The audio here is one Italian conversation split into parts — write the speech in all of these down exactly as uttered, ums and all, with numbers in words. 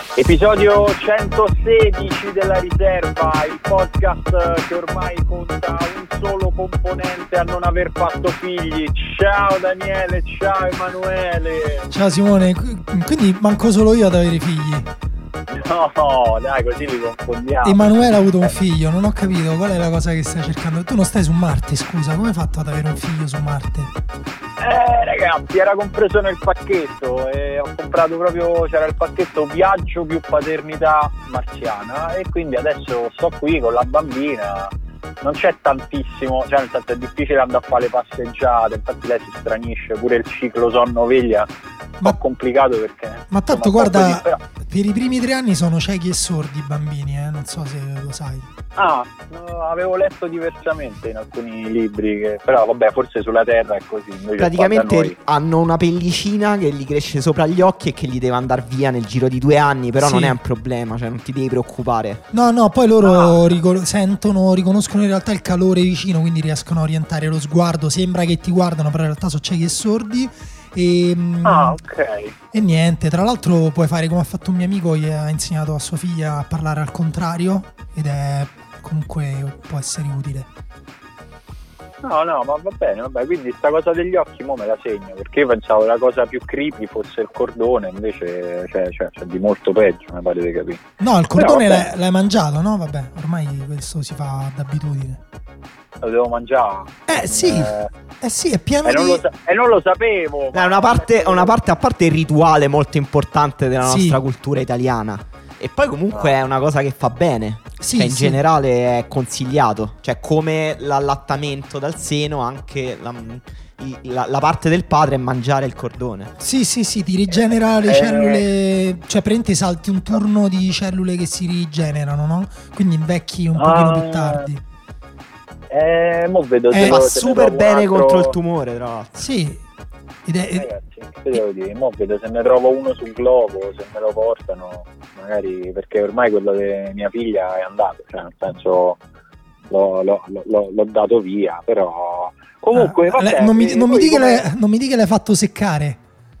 Episodio centosedici della Riserva, il podcast che ormai conta un solo componente a non aver fatto figli. Ciao Daniele, ciao Emanuele. Ciao Simone, quindi manco solo io ad avere figli? No, dai, così li confondiamo. Emanuele ha avuto un figlio, non ho capito qual è la cosa che stai cercando. Tu non stai su Marte, scusa, come hai fatto ad avere un figlio su Marte? Eh ragazzi, era compreso nel pacchetto e ho comprato proprio, c'era il pacchetto viaggio più paternità marziana e quindi adesso sto qui con la bambina. Non c'è tantissimo, cioè nel senso è difficile andare a fare le passeggiate, infatti lei si stranisce, pure il ciclo sonno-veglia è un po' complicato perché... Ma tanto insomma, guarda, così, però... per i primi tre anni sono ciechi e sordi i bambini, eh? Non so se lo sai. Ah, no, avevo letto diversamente in alcuni libri, che, però vabbè, forse sulla Terra è così. Praticamente hanno una pellicina che gli cresce sopra gli occhi e che gli deve andare via nel giro di due anni, però sì. Non è un problema, cioè non ti devi preoccupare. No, no, poi loro ah. ricon- sentono, riconoscono in realtà il calore vicino, quindi riescono a orientare lo sguardo, sembra che ti guardano, però in realtà sono ciechi e sordi. E, ah, ok. E niente, tra l'altro puoi fare come ha fatto un mio amico, gli ha insegnato a sua figlia a parlare al contrario ed è comunque può essere utile. No, no, ma va bene, vabbè, quindi sta cosa degli occhi mo me la segno, perché io pensavo la cosa più creepy fosse il cordone, invece c'è, c'è, c'è di molto peggio, mi pare di capire. No, il cordone l'hai, l'hai mangiato, no? Vabbè, ormai questo si fa d'abitudine. Lo devo mangiare? Eh sì, eh, eh sì, è pieno e di... non lo, sa- e non lo sapevo. È una parte, una parte a parte il rituale molto importante della sì. nostra cultura italiana. E poi comunque no. è una cosa che fa bene. Sì, cioè in sì. generale è consigliato. Cioè come l'allattamento dal seno, anche la, la, la parte del padre è mangiare il cordone. Sì, sì, sì, ti rigenera le eh, cellule. Cioè prendi salti un turno di cellule che si rigenerano, no? Quindi invecchi un ah. pochino più tardi. Eh, mo vedo eh, fa super bene altro... contro il tumore, tra l'altro. Sì. Ed è... Ragazzi, che devo dire? Mo vedo se ne trovo uno sul globo, se me lo portano, magari, perché ormai quello di mia figlia è andato, cioè nel senso l'ho, l'ho, l'ho, l'ho dato via, però comunque ah, vabbè, non, mi, non, mi dica come... le, non mi dica che l'hai fatto seccare.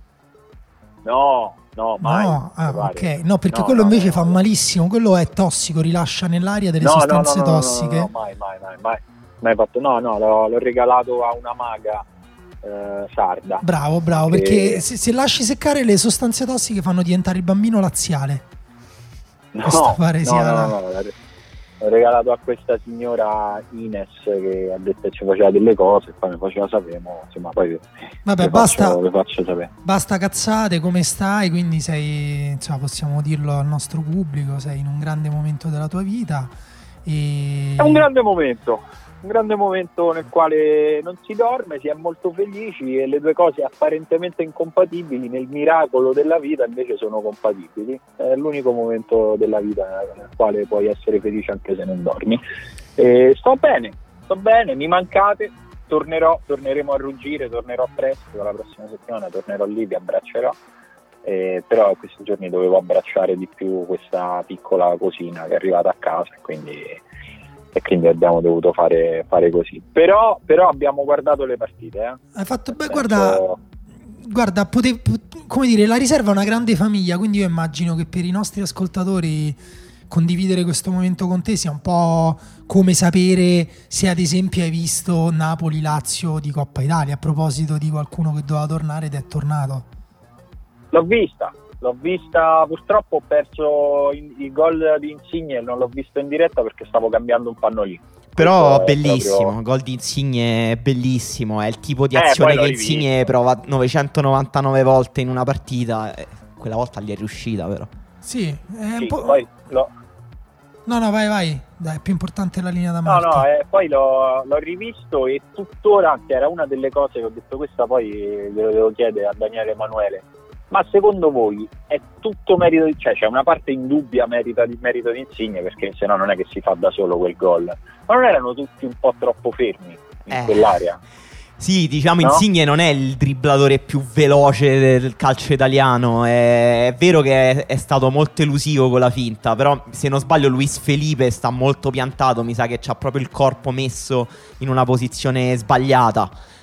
No, no, mai. No, ah, ok. No, perché no, quello no, invece no, fa no. malissimo, quello è tossico, rilascia nell'aria delle no, sostanze no, no, no, tossiche. No, no, no, mai, mai, mai, mai, mai fatto. No, no, l'ho, l'ho regalato a una maga eh, sarda. Bravo, bravo, perché, perché se, se lasci seccare le sostanze tossiche fanno diventare il bambino laziale. No, Questo pare no, sia... no, no, no, l'ho regalato a questa signora Ines che ha detto che ci faceva delle cose e poi mi faceva sapere, mo, insomma poi vabbè, le basta, faccio, le faccio sapere. Basta cazzate, come stai? Quindi sei, insomma, possiamo dirlo al nostro pubblico, sei in un grande momento della tua vita e... È un grande momento, un grande momento nel quale non si dorme, si è molto felici e le due cose apparentemente incompatibili nel miracolo della vita invece sono compatibili. È l'unico momento della vita nel quale puoi essere felice anche se non dormi. E sto bene, sto bene, mi mancate, tornerò, torneremo a ruggire, tornerò presto, la prossima settimana tornerò lì, vi abbraccerò. Eh, però questi giorni dovevo abbracciare di più questa piccola cosina che è arrivata a casa e quindi... e quindi abbiamo dovuto fare, fare così. Però, però abbiamo guardato le partite. Eh? Hai fatto beh, senso... guarda, guarda pote, pot, come dire, la Riserva è una grande famiglia, quindi io immagino che per i nostri ascoltatori condividere questo momento con te sia un po' come sapere se ad esempio hai visto Napoli-Lazio di Coppa Italia, a proposito di qualcuno che doveva tornare ed è tornato. L'ho vista. L'ho vista, purtroppo ho perso il, il gol di Insigne e non l'ho visto in diretta perché stavo cambiando un pannolino. Però bellissimo, proprio... gol di Insigne è bellissimo, è il tipo di azione eh, che Insigne prova novecentonovantanove volte in una partita, e quella volta gli è riuscita però. Sì, è un sì, po'... poi lo... No, no, vai, vai, dai, è più importante la linea da Marco. No, no, eh, poi l'ho, l'ho rivisto e tuttora, che era una delle cose che ho detto, questa poi glielo devo chiedere a Daniele Emanuele. Ma secondo voi è tutto merito di... cioè c'è una parte indubbia merita di, merito di Insigne, perché se no non è che si fa da solo quel gol, ma non erano tutti un po' troppo fermi in eh. quell'area? Sì, diciamo, no? Insigne non è il dribblatore più veloce del calcio italiano. È, è vero che è, è stato molto elusivo con la finta, però se non sbaglio Luis Felipe sta molto piantato. Mi sa che c'ha proprio il corpo messo in una posizione sbagliata.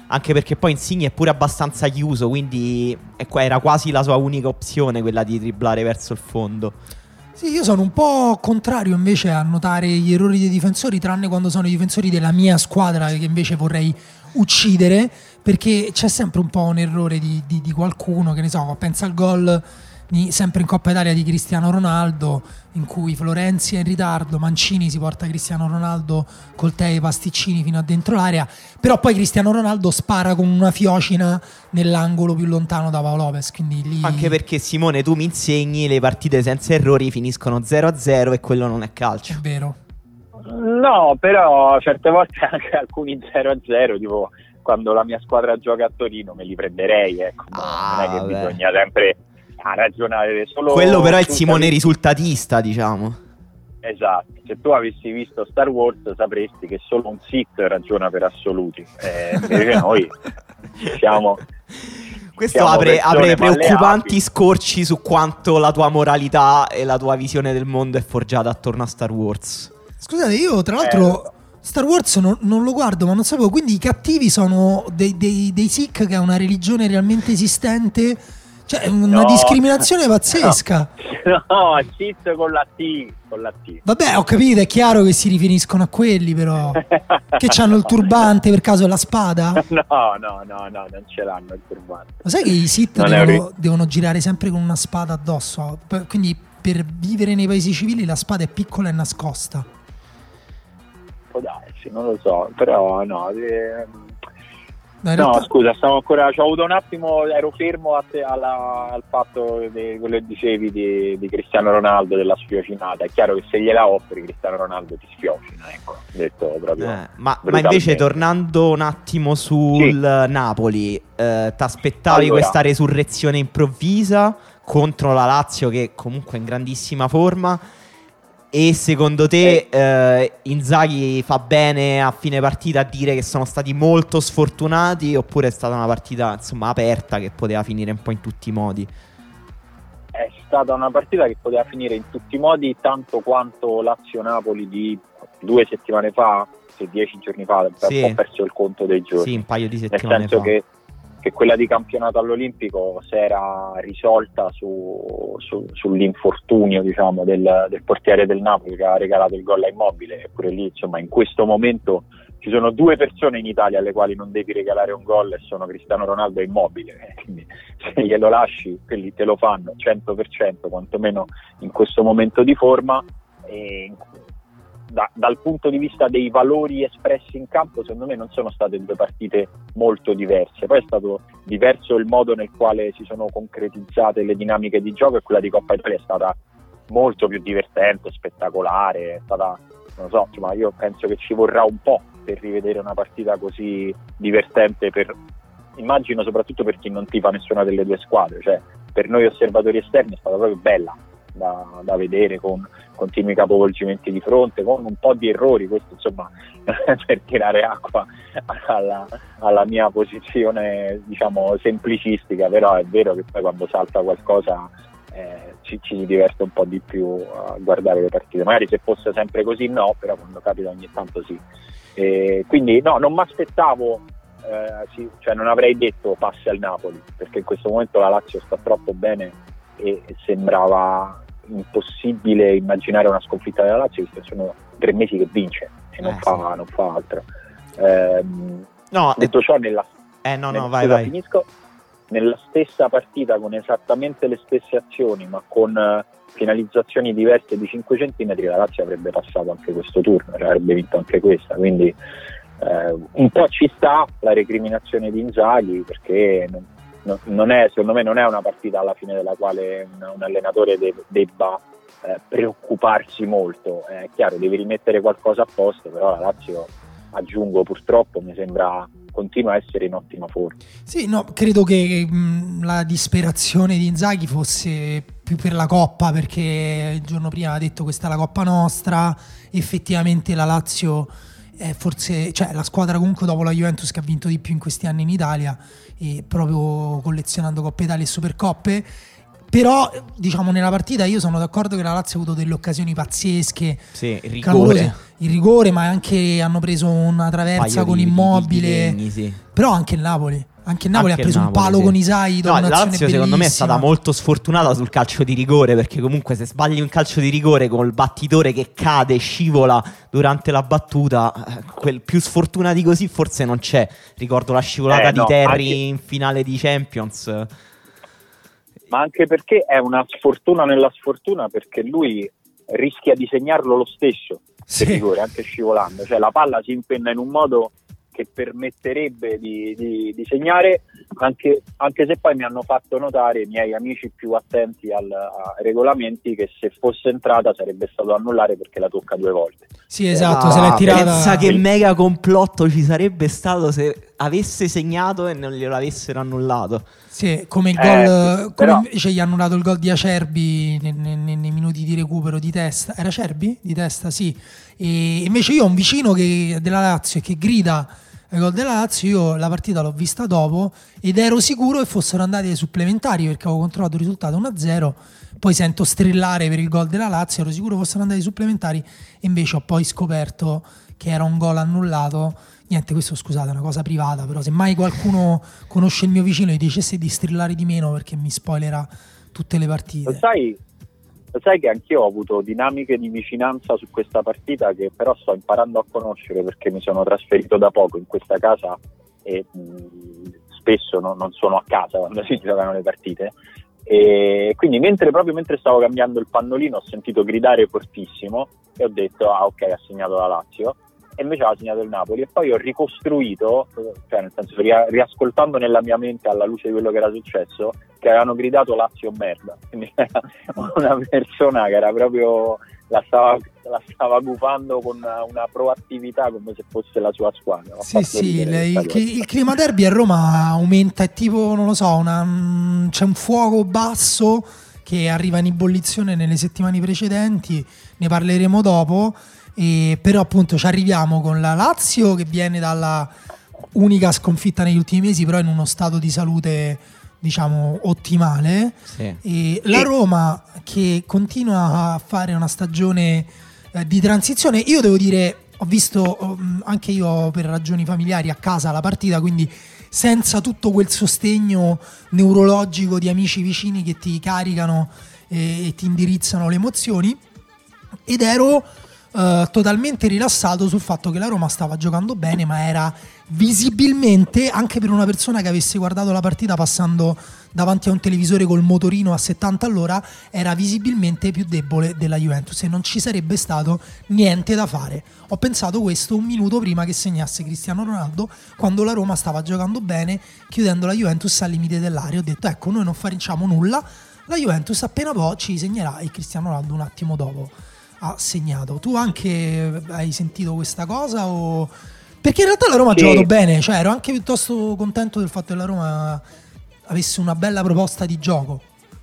anche perché poi Insigne è pure abbastanza chiuso, quindi ecco, era quasi la sua unica opzione quella di dribblare verso il fondo. Sì, io sono un po' contrario invece a notare gli errori dei difensori, tranne quando sono i difensori della mia squadra, che invece vorrei uccidere, perché c'è sempre un po' un errore di, di, di qualcuno, che ne so, pensa al gol di, sempre in Coppa Italia di Cristiano Ronaldo, in cui Florenzi è in ritardo, Mancini si porta Cristiano Ronaldo col tè e i pasticcini fino a dentro l'area, però poi Cristiano Ronaldo spara con una fiocina nell'angolo più lontano da Paolo Lopez, quindi lì... Anche perché, Simone, tu mi insegni le partite senza errori finiscono zero a zero e quello non è calcio. È vero. No, però certe volte anche alcuni zero a zero, tipo quando la mia squadra gioca a Torino me li prenderei, ecco. Ah, non è che vabbè. bisogna sempre a ragionare solo... Quello però è il su- Simone risultatista, diciamo. Esatto, se tu avessi visto Star Wars sapresti che solo un Sith ragiona per assoluti, eh, invece noi siamo... Questo siamo apre, persone apre preoccupanti malleabili. scorci su quanto la tua moralità e la tua visione del mondo è forgiata attorno a Star Wars. Scusate, io tra l'altro Eh, Star Wars non, non lo guardo, ma non sapevo, quindi i cattivi sono dei, dei, dei Sikh, che è una religione realmente esistente, cioè è una No. discriminazione pazzesca. No, Sith con la T, con la T. Vabbè, ho capito, è chiaro che si riferiscono a quelli, però che c'hanno il turbante per caso e la spada. No, no, no, no, non ce l'hanno il turbante. Lo sai che i Sith Non è devono, ori- devono girare sempre con una spada addosso, P- quindi per vivere nei paesi civili la spada è piccola e nascosta. Può darsi, non lo so, però no. ehm, No, in No, realtà- scusa, stavo ancora. Ci ho avuto un attimo, ero fermo a te- alla- al fatto di quello che dicevi di, di Cristiano Ronaldo, della sfiocinata. È chiaro che se gliela offri, Cristiano Ronaldo ti sfiocina, ecco, detto proprio. Eh, ma, ma brutalmente. invece, tornando un attimo sul Sì. Napoli, eh, t'aspettavi Allora. questa resurrezione improvvisa contro la Lazio, che comunque è in grandissima forma? E secondo te eh, Inzaghi fa bene a fine partita a dire che sono stati molto sfortunati, oppure è stata una partita, insomma, aperta, che poteva finire un po' in tutti i modi? È stata una partita che poteva finire in tutti i modi, tanto quanto Lazio-Napoli di due settimane fa, se dieci giorni fa, Sì. ho perso il conto dei giorni. Sì, un paio di Nel settimane senso fa. che, che quella di campionato all'Olimpico si era risolta su, su- sull'infortunio, diciamo, del, del portiere del Napoli, che ha regalato il gol a Immobile. Eppure lì, insomma, in questo momento ci sono due persone in Italia alle quali non devi regalare un gol, e sono Cristiano Ronaldo e Immobile. Eh, quindi se glielo lasci, quelli te lo fanno cento per cento, quantomeno in questo momento di forma. E Da, dal punto di vista dei valori espressi in campo, secondo me non sono state due partite molto diverse. Poi è stato diverso il modo nel quale si sono concretizzate le dinamiche di gioco, e quella di Coppa Italia è stata molto più divertente, spettacolare. È stata, non so, insomma, io penso che ci vorrà un po' per rivedere una partita così divertente, per, immagino soprattutto per chi non tifa nessuna delle due squadre. Cioè, per noi osservatori esterni è stata proprio bella da, da vedere, con continui capovolgimenti di fronte, con un po' di errori. Questo, insomma, per tirare acqua alla, alla mia posizione, diciamo, semplicistica. Però è vero che poi quando salta qualcosa eh, ci, ci si diverte un po' di più a guardare le partite. Magari se fosse sempre così no, però quando capita ogni tanto sì. E quindi no, non mi aspettavo, eh, sì, cioè non avrei detto passi al Napoli, perché in questo momento la Lazio sta troppo bene e sembrava impossibile immaginare una sconfitta della Lazio, visto che sono tre mesi che vince e non, Eh, fa, sì. non fa altro. Ehm, No, detto ciò, nella, eh, no, no, nel- vai, scusa, vai. finisco. Nella stessa partita, con esattamente le stesse azioni, ma con eh, finalizzazioni diverse di cinque centimetri, la Lazio avrebbe passato anche questo turno, cioè avrebbe vinto anche questa. Quindi eh, un po' ci sta la recriminazione di Inzaghi, perché non, non- non è, secondo me non è una partita alla fine della quale un, un allenatore de- debba eh, preoccuparsi molto. È chiaro, devi rimettere qualcosa a posto, però la Lazio, aggiungo, purtroppo mi sembra continua a essere in ottima forma. Sì, no, credo che mh, la disperazione di Inzaghi fosse più per la Coppa, perché il giorno prima ha detto questa è la Coppa nostra. Effettivamente la Lazio è forse, cioè la squadra comunque dopo la Juventus che ha vinto di più in questi anni in Italia, e proprio collezionando Coppe Italia e Supercoppe. però diciamo nella partita io sono d'accordo che la Lazio ha avuto delle occasioni pazzesche, sì, il clamorose. rigore. Il rigore, ma anche hanno preso una traversa con di, Immobile, di, di, di, sì. Però anche il Napoli Anche il Napoli Anche ha preso il Napoli, un palo sì. con Isai dopo no, un'azione la Lazio secondo me è stata bellissima. molto sfortunata sul calcio di rigore, perché comunque se sbagli un calcio di rigore con il battitore che cade, scivola durante la battuta, quel più sfortuna di così forse non c'è. Ricordo la scivolata Eh, no, di Terry anche... in finale di Champions. Ma anche perché è una sfortuna nella sfortuna, perché lui rischia di segnarlo lo stesso, sì. per rigore, anche scivolando. Cioè la palla si impenna in un modo che permetterebbe di, di, di segnare, anche, anche se poi mi hanno fatto notare i miei amici più attenti al, ai regolamenti che se fosse entrata sarebbe stato annullare perché la tocca due volte. Sì, esatto, Ah, se l'è tirata. Pensa che mega complotto ci sarebbe stato se avesse segnato e non glielo avessero annullato. Sì, come il Eh, gol, sì, come però... invece gli hanno annullato il gol di Acerbi nei, nei, nei minuti di recupero di testa. Era Acerbi? Di testa, sì. E invece io ho un vicino che, della Lazio che grida il gol della Lazio. Io la partita l'ho vista dopo ed ero sicuro che fossero andati ai supplementari perché avevo controllato il risultato uno a zero. Poi sento strillare per il gol della Lazio, ero sicuro fossero andati ai supplementari e invece ho poi scoperto che era un gol annullato. Niente, questo scusate è una cosa privata, però se mai qualcuno conosce il mio vicino e gli dicesse di strillare di meno perché mi spoilerà tutte le partite. Lo sai, lo sai che anch'io ho avuto dinamiche di vicinanza su questa partita che però sto imparando a conoscere perché mi sono trasferito da poco in questa casa e mh, spesso no, non sono a casa quando si giocano le partite, e quindi mentre proprio mentre stavo cambiando il pannolino ho sentito gridare fortissimo e ho detto ah ok, ha segnato la Lazio, e invece ha segnato il Napoli, e poi ho ricostruito, cioè nel senso ria- riascoltando nella mia mente alla luce di quello che era successo, che avevano gridato Lazio merda, quindi era una persona che era proprio la stava, la stava gufando con una, una proattività come se fosse la sua squadra. Sì, sì, le, il, il clima derby a Roma aumenta, è tipo, non lo so, una, c'è un fuoco basso che arriva in ebollizione nelle settimane precedenti, ne parleremo dopo. E però appunto ci arriviamo con la Lazio che viene dalla unica sconfitta negli ultimi mesi, però in uno stato di salute diciamo ottimale, sì. E la Roma che continua a fare una stagione eh, di transizione. Io devo dire, ho visto um, anche io per ragioni familiari a casa la partita, quindi senza tutto quel sostegno neurologico di amici vicini che ti caricano e, e ti indirizzano le emozioni, ed ero Uh, totalmente rilassato sul fatto che la Roma stava giocando bene, ma era visibilmente, anche per una persona che avesse guardato la partita passando davanti a un televisore col motorino a settanta all'ora, era visibilmente più debole della Juventus e non ci sarebbe stato niente da fare. Ho pensato questo un minuto prima che segnasse Cristiano Ronaldo, quando la Roma stava giocando bene chiudendo la Juventus al limite dell'area. Ho detto ecco, noi non facciamo nulla, la Juventus appena poi ci segnerà, e Cristiano Ronaldo un attimo dopo ha segnato. Tu anche hai sentito questa cosa o... perché in realtà la Roma sì. ha giocato bene, cioè ero anche piuttosto contento del fatto che la Roma avesse una bella proposta di gioco.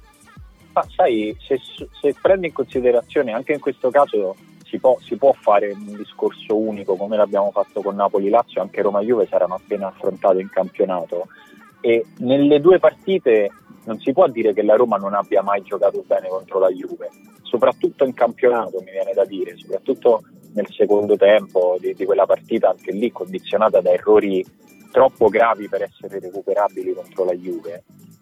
Ma sai, se, se prendi in considerazione anche in questo caso si può, si può fare un discorso unico come l'abbiamo fatto con Napoli-Lazio, anche Roma-Juve saranno appena affrontate in campionato, e nelle due partite non si può dire che la Roma non abbia mai giocato bene contro la Juve, soprattutto in campionato mi viene da dire, soprattutto nel secondo tempo di, di quella partita, anche lì condizionata da errori troppo gravi per essere recuperabili contro la Juve.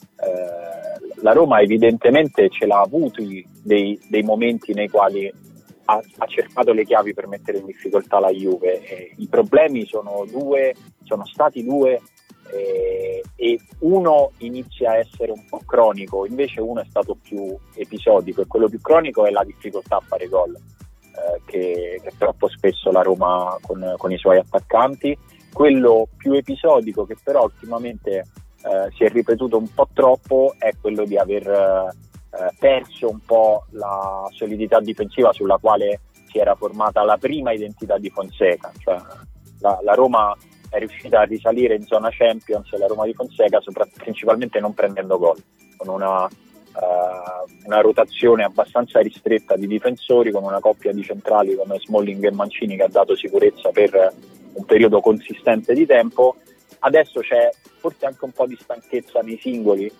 Eh, la Roma evidentemente ce l'ha avuti dei, dei momenti nei quali ha, ha cercato le chiavi per mettere in difficoltà la Juve, e i problemi sono due, sono stati due, Eh, e uno inizia a essere un po' cronico, invece uno è stato più episodico, e quello più cronico è la difficoltà a fare gol, eh, che, che troppo spesso la Roma con, con i suoi attaccanti. Quello più episodico, che però ultimamente eh, si è ripetuto un po' troppo, è quello di aver eh, perso un po' la solidità difensiva sulla quale si era formata la prima identità di Fonseca, cioè la, la Roma è riuscita a risalire in zona Champions, la Roma di Fonseca, principalmente non prendendo gol, con una, uh, una rotazione abbastanza ristretta di difensori, con una coppia di centrali come Smalling e Mancini che ha dato sicurezza per un periodo consistente di tempo. Adesso c'è forse anche un po' di stanchezza nei singoli,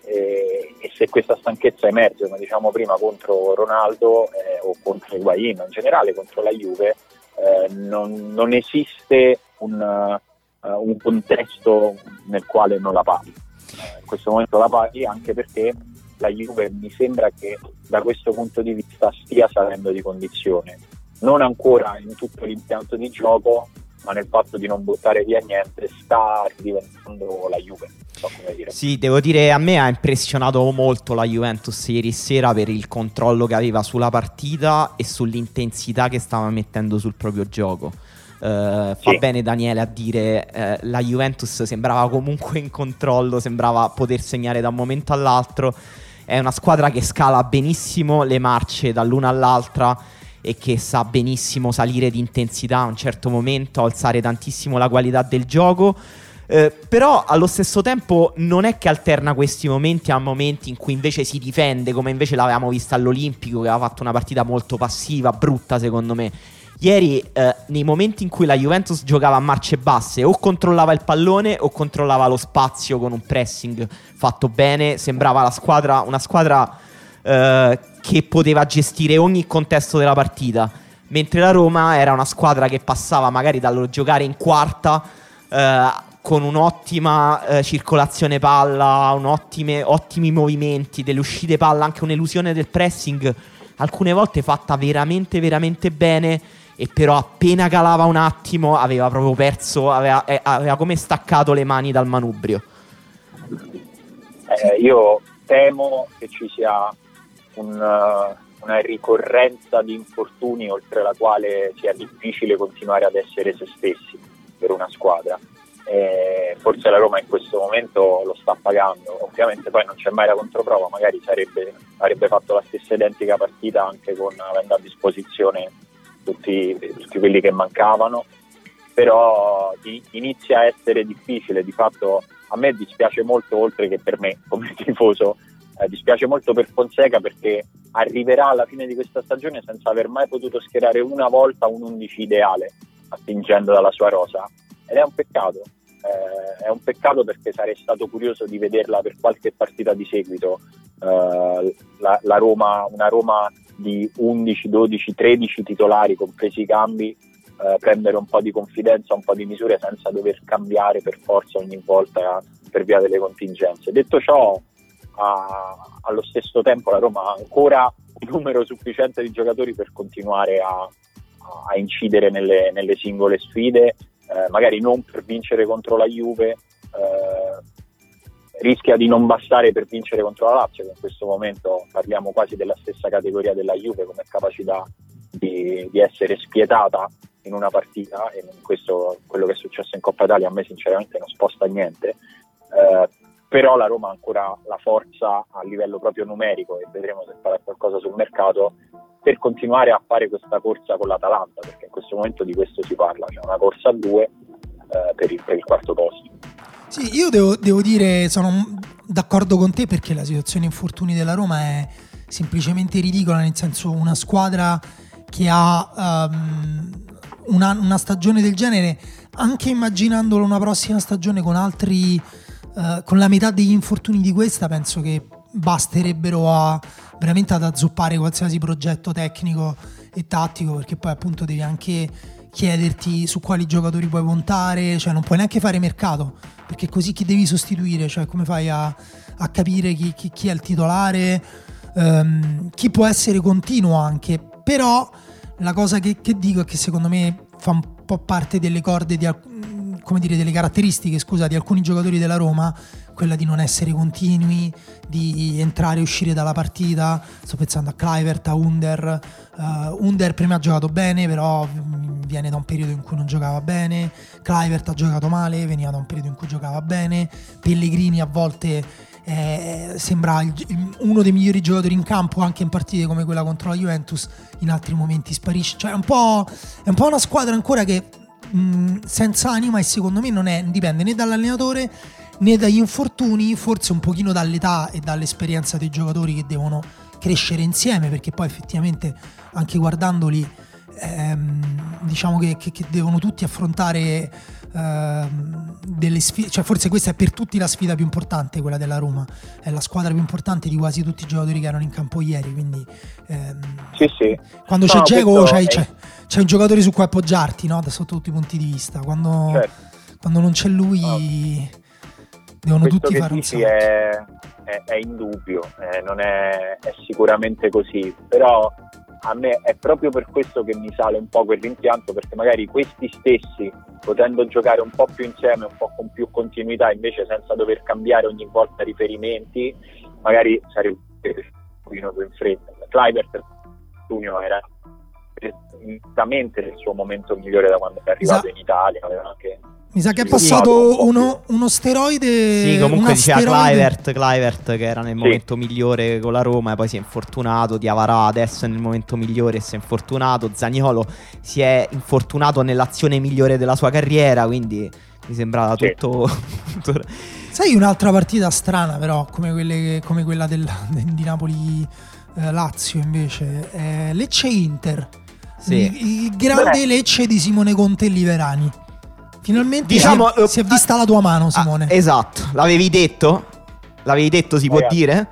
e, e se questa stanchezza emerge, come diciamo prima, contro Ronaldo eh, o contro Higuaín, in generale contro la Juve, eh, non, non esiste un, uh, un contesto nel quale non la paghi. Uh, in questo momento la paghi anche perché la Juve mi sembra che da questo punto di vista stia salendo di condizione, non ancora in tutto l'impianto di gioco, ma nel fatto di non buttare via niente sta diventando la Juve. So come dire. Sì, devo dire, a me ha impressionato molto la Juventus ieri sera per il controllo che aveva sulla partita e sull'intensità che stava mettendo sul proprio gioco. Uh, sì. Fa bene Daniele a dire uh, la Juventus sembrava comunque in controllo, sembrava poter segnare da un momento all'altro. È una squadra che scala benissimo le marce dall'una all'altra e che sa benissimo salire di intensità a un certo momento, alzare tantissimo la qualità del gioco. Eh, però allo stesso tempo non è che alterna questi momenti a momenti in cui invece si difende, come invece l'avevamo vista all'Olimpico, che aveva fatto una partita molto passiva, brutta secondo me. Ieri eh, nei momenti in cui la Juventus giocava a marce basse, o controllava il pallone o controllava lo spazio con un pressing fatto bene, sembrava la squadra, una squadra eh, che poteva gestire ogni contesto della partita, mentre la Roma era una squadra che passava magari dallo giocare in quarta eh, con un'ottima eh, circolazione palla, un ottime, ottimi movimenti, delle uscite palla, anche un'elusione del pressing alcune volte fatta veramente veramente bene, e però appena calava un attimo aveva proprio perso, aveva, eh, aveva come staccato le mani dal manubrio. Eh, io temo che ci sia un, uh, una ricorrenza di infortuni oltre la quale sia difficile continuare ad essere se stessi per una squadra. Eh, forse la Roma in questo momento lo sta pagando, ovviamente poi non c'è mai la controprova, magari sarebbe, avrebbe fatto la stessa identica partita anche con, avendo a disposizione tutti, tutti quelli che mancavano, però di, inizia a essere difficile. Di fatto a me dispiace molto, oltre che per me come tifoso, eh, dispiace molto per Fonseca, perché arriverà alla fine di questa stagione senza aver mai potuto schierare una volta un undici ideale attingendo dalla sua rosa, ed è un peccato. Eh, è un peccato perché sarei stato curioso di vederla per qualche partita di seguito, eh, la, la Roma, una Roma di undici, dodici, tredici titolari compresi i cambi, eh, prendere un po' di confidenza, un po' di misure senza dover cambiare per forza ogni volta per via delle contingenze. Detto ciò, a, allo stesso tempo la Roma ha ancora un numero sufficiente di giocatori per continuare a, a incidere nelle, nelle singole sfide. Eh, magari non per vincere contro la Juve, eh, rischia di non bastare per vincere contro la Lazio, che in questo momento parliamo quasi della stessa categoria della Juve come capacità di, di essere spietata in una partita, e in questo, quello che è successo in Coppa Italia a me sinceramente non sposta niente, eh, però la Roma ha ancora la forza a livello proprio numerico, e vedremo se farà qualcosa sul mercato per continuare a fare questa corsa con l'Atalanta, perché in questo momento di questo si parla, c'è una corsa a due eh, per, il, per il quarto posto. Sì, io devo, devo dire, sono d'accordo con te, perché la situazione infortuni della Roma è semplicemente ridicola, nel senso, una squadra che ha um, una, una stagione del genere, anche immaginandolo una prossima stagione con altri, uh, con la metà degli infortuni di questa, penso che basterebbero a veramente ad azzoppare qualsiasi progetto tecnico e tattico, perché poi appunto devi anche chiederti su quali giocatori puoi puntare, cioè non puoi neanche fare mercato, perché così chi devi sostituire, cioè come fai a, a capire chi, chi, chi è il titolare, um, chi può essere continuo anche. Però la cosa che, che dico è che secondo me fa un po' parte delle corde di, come dire, delle caratteristiche, scusa, di alcuni giocatori della Roma, quella di non essere continui, di entrare e uscire dalla partita. Sto pensando a Kluivert, a Under. uh, Under prima ha giocato bene, però viene da un periodo in cui non giocava bene. Kluivert ha giocato male, veniva da un periodo in cui giocava bene. Pellegrini a volte eh, sembra il, uno dei migliori giocatori in campo, anche in partite come quella contro la Juventus, in altri momenti sparisce. Cioè è un po', è un po' una squadra ancora che mh, senza anima, e secondo me non è, dipende né dall'allenatore né dagli infortuni, forse un pochino dall'età e dall'esperienza dei giocatori che devono crescere insieme, perché poi effettivamente anche guardandoli ehm, diciamo che, che, che devono tutti affrontare ehm, delle sfide, cioè forse questa è per tutti la sfida più importante, quella della Roma, è la squadra più importante di quasi tutti i giocatori che erano in campo ieri, quindi ehm, sì, sì. quando no, c'è Dzeko c'è, è... c'è, c'è un giocatore su cui appoggiarti, no? Da sotto tutti i punti di vista, quando, certo. quando non c'è lui no. devono Questo tutti che fare un dici salto. è, è, è indubbio, eh, non è, è sicuramente così, però a me è proprio per questo che mi sale un po' quel rimpianto, perché magari questi stessi, potendo giocare un po' più insieme, un po' con più continuità, invece senza dover cambiare ogni volta riferimenti, magari sarebbe un pochino più in fretta. Kluivert era esattamente nel suo momento migliore da quando è arrivato Esatto. in Italia, aveva anche mi sa che è passato un uno, uno steroide. Sì, comunque diceva steroide... Kluivert, Kluivert che era nel sì. momento migliore con la Roma e poi si è infortunato. Diawara adesso è nel momento migliore e si è infortunato. Zaniolo si è infortunato nell'azione migliore della sua carriera, quindi mi sembrava sì. tutto... Sai un'altra partita strana però, come, quelle, come quella del, di Napoli-Lazio eh, invece, eh, Lecce-Inter, sì. il, il grande Beh. Lecce di Simone Conte e Liverani. Finalmente diciamo, si, è, uh, si è vista la tua mano, Simone. Ah, esatto, l'avevi detto? L'avevi detto, si Ragazzi, può dire?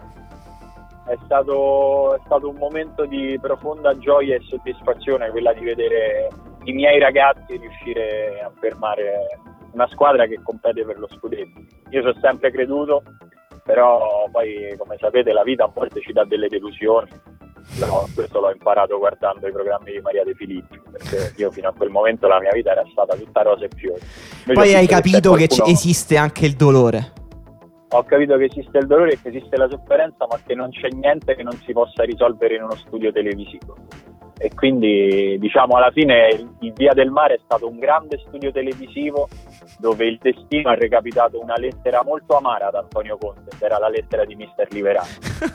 È stato, è stato un momento di profonda gioia e soddisfazione quella di vedere i miei ragazzi riuscire a fermare una squadra che compete per lo scudetto. Io ci ho sempre creduto, però poi, come sapete, la vita a volte ci dà delle delusioni. No, questo l'ho imparato guardando i programmi di Maria De Filippi, perché io fino a quel momento la mia vita era stata tutta rose e fiori. Invece poi hai capito che, qualcuno... che esiste anche il dolore. Ho capito che esiste il dolore e che esiste la sofferenza, ma che non c'è niente che non si possa risolvere in uno studio televisivo. E quindi, diciamo, alla fine il Via del Mare è stato un grande studio televisivo dove il destino ha recapitato una lettera molto amara ad Antonio Conte, era la lettera di mister Liverani.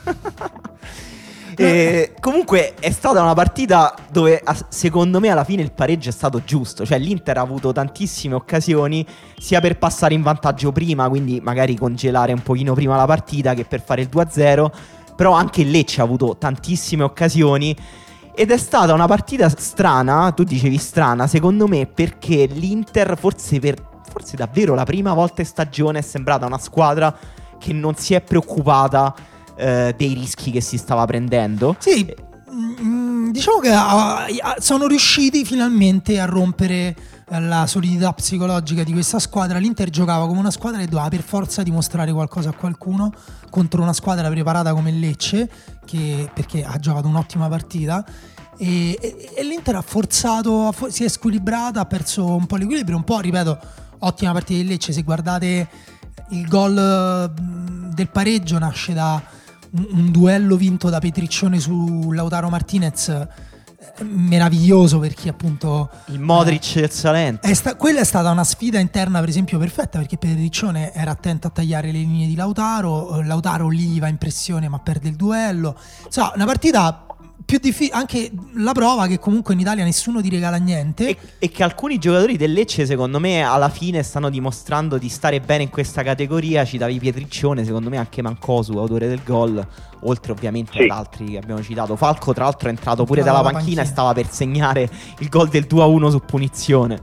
E comunque è stata una partita dove secondo me alla fine il pareggio è stato giusto, cioè l'Inter ha avuto tantissime occasioni sia per passare in vantaggio prima, quindi magari congelare un pochino prima la partita, che per fare il due a zero, però anche il Lecce ha avuto tantissime occasioni ed è stata una partita strana, tu dicevi strana, secondo me perché l'Inter forse per forse davvero la prima volta in stagione è sembrata una squadra che non si è preoccupata Uh, dei rischi che si stava prendendo. Sì, mm, diciamo che uh, sono riusciti finalmente a rompere la solidità psicologica di questa squadra. L'Inter giocava come una squadra che doveva per forza dimostrare qualcosa a qualcuno contro una squadra preparata come il Lecce, che, perché ha giocato un'ottima partita e, e, e l'Inter ha forzato, si è squilibrata, ha perso un po' l'equilibrio, un po', ripeto, ottima partita del Lecce. Se guardate il gol del pareggio nasce da un duello vinto da Petriccione su Lautaro Martinez, meraviglioso per chi appunto il Modric del Salento. È sta- quella è stata una sfida interna per esempio perfetta, perché Petriccione era attento a tagliare le linee di Lautaro, Lautaro lì gli va in pressione ma perde il duello, insomma una partita più difficile, anche la prova che comunque in Italia nessuno ti regala niente e, e che alcuni giocatori del Lecce secondo me alla fine stanno dimostrando di stare bene in questa categoria. Citavi Pietriccione, secondo me anche Mancosu, autore del gol, oltre ovviamente sì. ad altri che abbiamo citato. Falco tra l'altro è entrato pure Entrato dalla panchina, panchina e stava per segnare il gol del due a uno su punizione.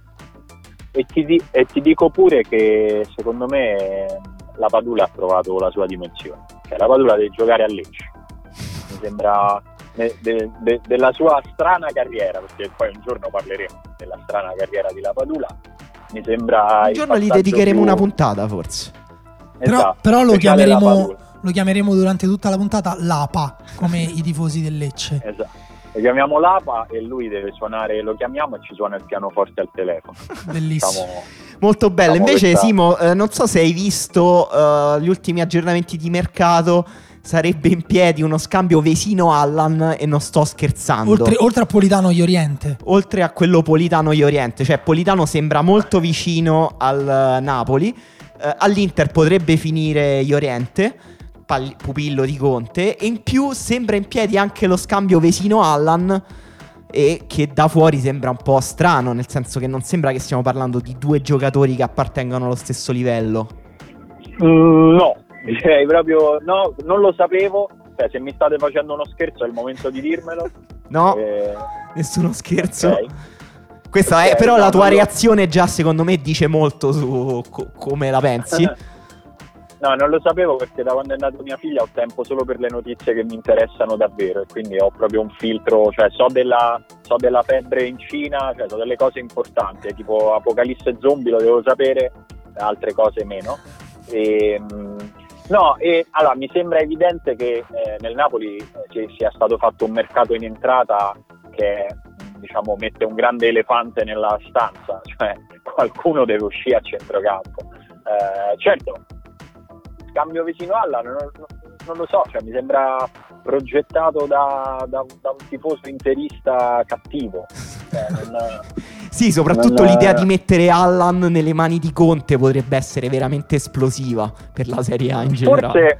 E ti, di- e ti dico pure che secondo me la Padula ha trovato la sua dimensione, cioè la Padula deve giocare a Lecce, mi sembra De, de, de, della sua strana carriera, perché poi un giorno parleremo della strana carriera di Lapadula. Mi sembra un giorno gli dedicheremo più... una puntata forse. Però, esatto, però lo chiameremo lo chiameremo durante tutta la puntata Lapa, come i tifosi del Lecce. Esatto. Lo chiamiamo Lapa e lui deve suonare, lo chiamiamo e ci suona il pianoforte al telefono. Bellissimo. Diciamo, molto bello. diciamo Invece questa... Simo, eh, non so se hai visto uh, gli ultimi aggiornamenti di mercato. Sarebbe in piedi uno scambio Vesino-Allan e non sto scherzando. Oltre, oltre a Politano-Ioriente. Oltre a quello Politano-Ioriente. Cioè Politano sembra molto vicino al uh, Napoli. uh, All'Inter potrebbe finire Ioriente, pal- pupillo di Conte. E in più sembra in piedi anche lo scambio Vesino-Allan, e che da fuori sembra un po' strano, nel senso che non sembra che stiamo parlando di due giocatori che appartengono allo stesso livello. mm, No, direi proprio no, non lo sapevo. Cioè, se mi state facendo uno scherzo è il momento di dirmelo. No, eh, nessuno scherzo. okay. Questa Okay, è però no, la tua non lo- reazione già secondo me dice molto su co- come la pensi. No, non lo sapevo perché da quando è nata mia figlia ho tempo solo per le notizie che mi interessano davvero e quindi ho proprio un filtro, cioè so della, so della febbre in Cina, cioè so delle cose importanti, tipo Apocalisse zombie lo devo sapere, altre cose meno. E, mh, no, e allora mi sembra evidente che eh, nel Napoli eh, ci sia stato fatto un mercato in entrata che diciamo mette un grande elefante nella stanza, cioè qualcuno deve uscire a centrocampo. Eh, certo, scambio vicino alla non, non, non lo so, cioè mi sembra progettato da, da, da un tifoso interista cattivo. Eh, non, Sì, soprattutto non- l'idea di mettere Allan nelle mani di Conte potrebbe essere veramente esplosiva per la Serie A in generale. Forse,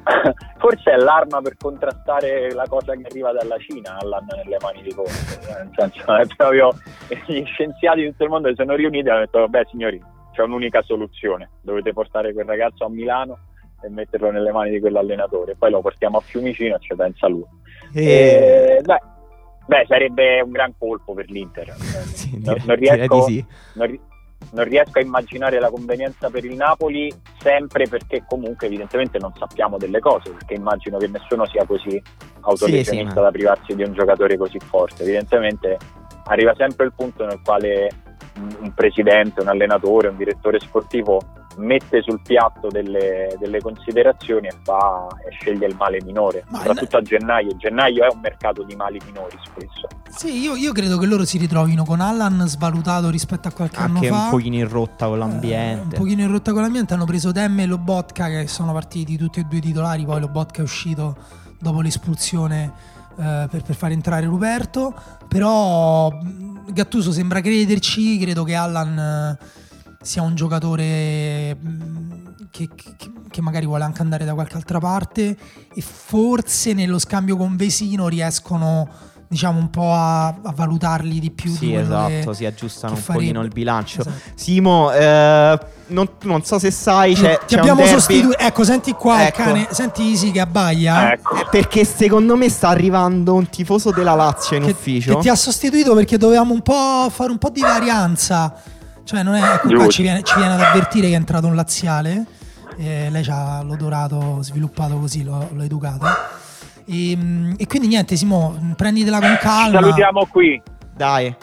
forse è l'arma per contrastare la cosa che arriva dalla Cina, Allan nelle mani di Conte. Nel senso, è proprio gli scienziati di tutto il mondo si sono riuniti e hanno detto: vabbè signori, c'è un'unica soluzione, dovete portare quel ragazzo a Milano e metterlo nelle mani di quell'allenatore, poi lo portiamo a Fiumicino e ci pensa lui. E... E, beh, beh, sarebbe un gran colpo per l'Inter. Sì, non, direi- non direi riesco, di sì. non, ri- non riesco a immaginare la convenienza per il Napoli, sempre perché comunque evidentemente non sappiamo delle cose, perché immagino che nessuno sia così autolesionista Sì, sì, ma- da privarsi di un giocatore così forte. Evidentemente arriva sempre il punto nel quale un- un presidente, un allenatore, un direttore sportivo mette sul piatto delle, delle considerazioni e fa e sceglie il male minore, Ma soprattutto a gennaio. Gennaio è un mercato di mali minori spesso. Sì, io, io credo che loro si ritrovino con Allan svalutato rispetto a qualche Anche anno fa. un pochino in rotta con Eh, un l'ambiente. pochino in rotta con l'ambiente. Hanno preso Demme e Lobotka, che sono partiti tutti e due titolari. Poi Lobotka è uscito dopo l'espulsione eh, per, per far entrare Ruperto. Però mh, Gattuso sembra crederci. Credo che Allan eh, sia un giocatore mh, che, che- che magari vuole anche andare da qualche altra parte, e forse nello scambio con Vesino riescono, diciamo, un po' a, a valutarli di più. Sì, di quello esatto, che- si aggiustano che un pochino farebbe. il bilancio. Esatto. Simo, eh, non, non so se sai, c'è, Ti c'è un abbiamo derby, sostituito. Ecco, senti qua Ecco. il cane, senti Isi che abbaia. Ecco. perché secondo me sta arrivando un tifoso della Lazio in che, ufficio. che ti ha sostituito perché dovevamo un po' fare un po' di varianza. Cioè, non è. Ecco qua, Giusto. ci viene, ci viene ad avvertire che è entrato un laziale. E lei c'ha l'odorato sviluppato così, l'ho, l'ho educato. E, mm, e quindi niente, Simo, prenditela con calma. Salutiamo qui. Dai.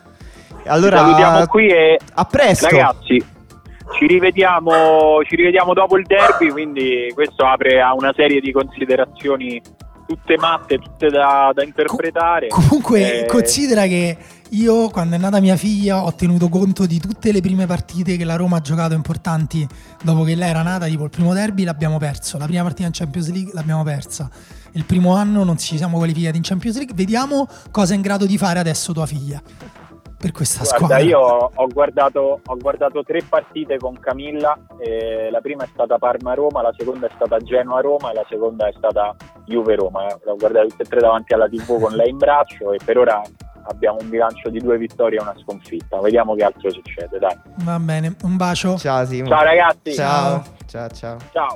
Allora, Salutiamo qui e a presto. ragazzi, ci rivediamo, ci rivediamo dopo il derby, quindi questo apre a una serie di considerazioni tutte matte, tutte da, da interpretare. Comunque, Eh, considera che io, quando è nata mia figlia, ho tenuto conto di tutte le prime partite che la Roma ha giocato importanti dopo che lei era nata. Tipo il primo derby l'abbiamo perso, la prima partita in Champions League l'abbiamo persa, il primo anno non ci siamo qualificati in Champions League. Vediamo cosa è in grado di fare adesso tua figlia per questa Guarda, squadra. io ho, ho guardato, ho guardato tre partite con Camilla, eh, la prima è stata Parma-Roma, la seconda è stata Genoa-Roma e la seconda è stata Juve-Roma. Eh. L'ho guardata tutte e tre davanti alla tivù con lei in braccio e per ora abbiamo un bilancio di due vittorie e una sconfitta. Vediamo che altro succede, dai. Va bene, un bacio. Ciao Simo. Ciao ragazzi. Ciao. Ciao, ciao. Ciao.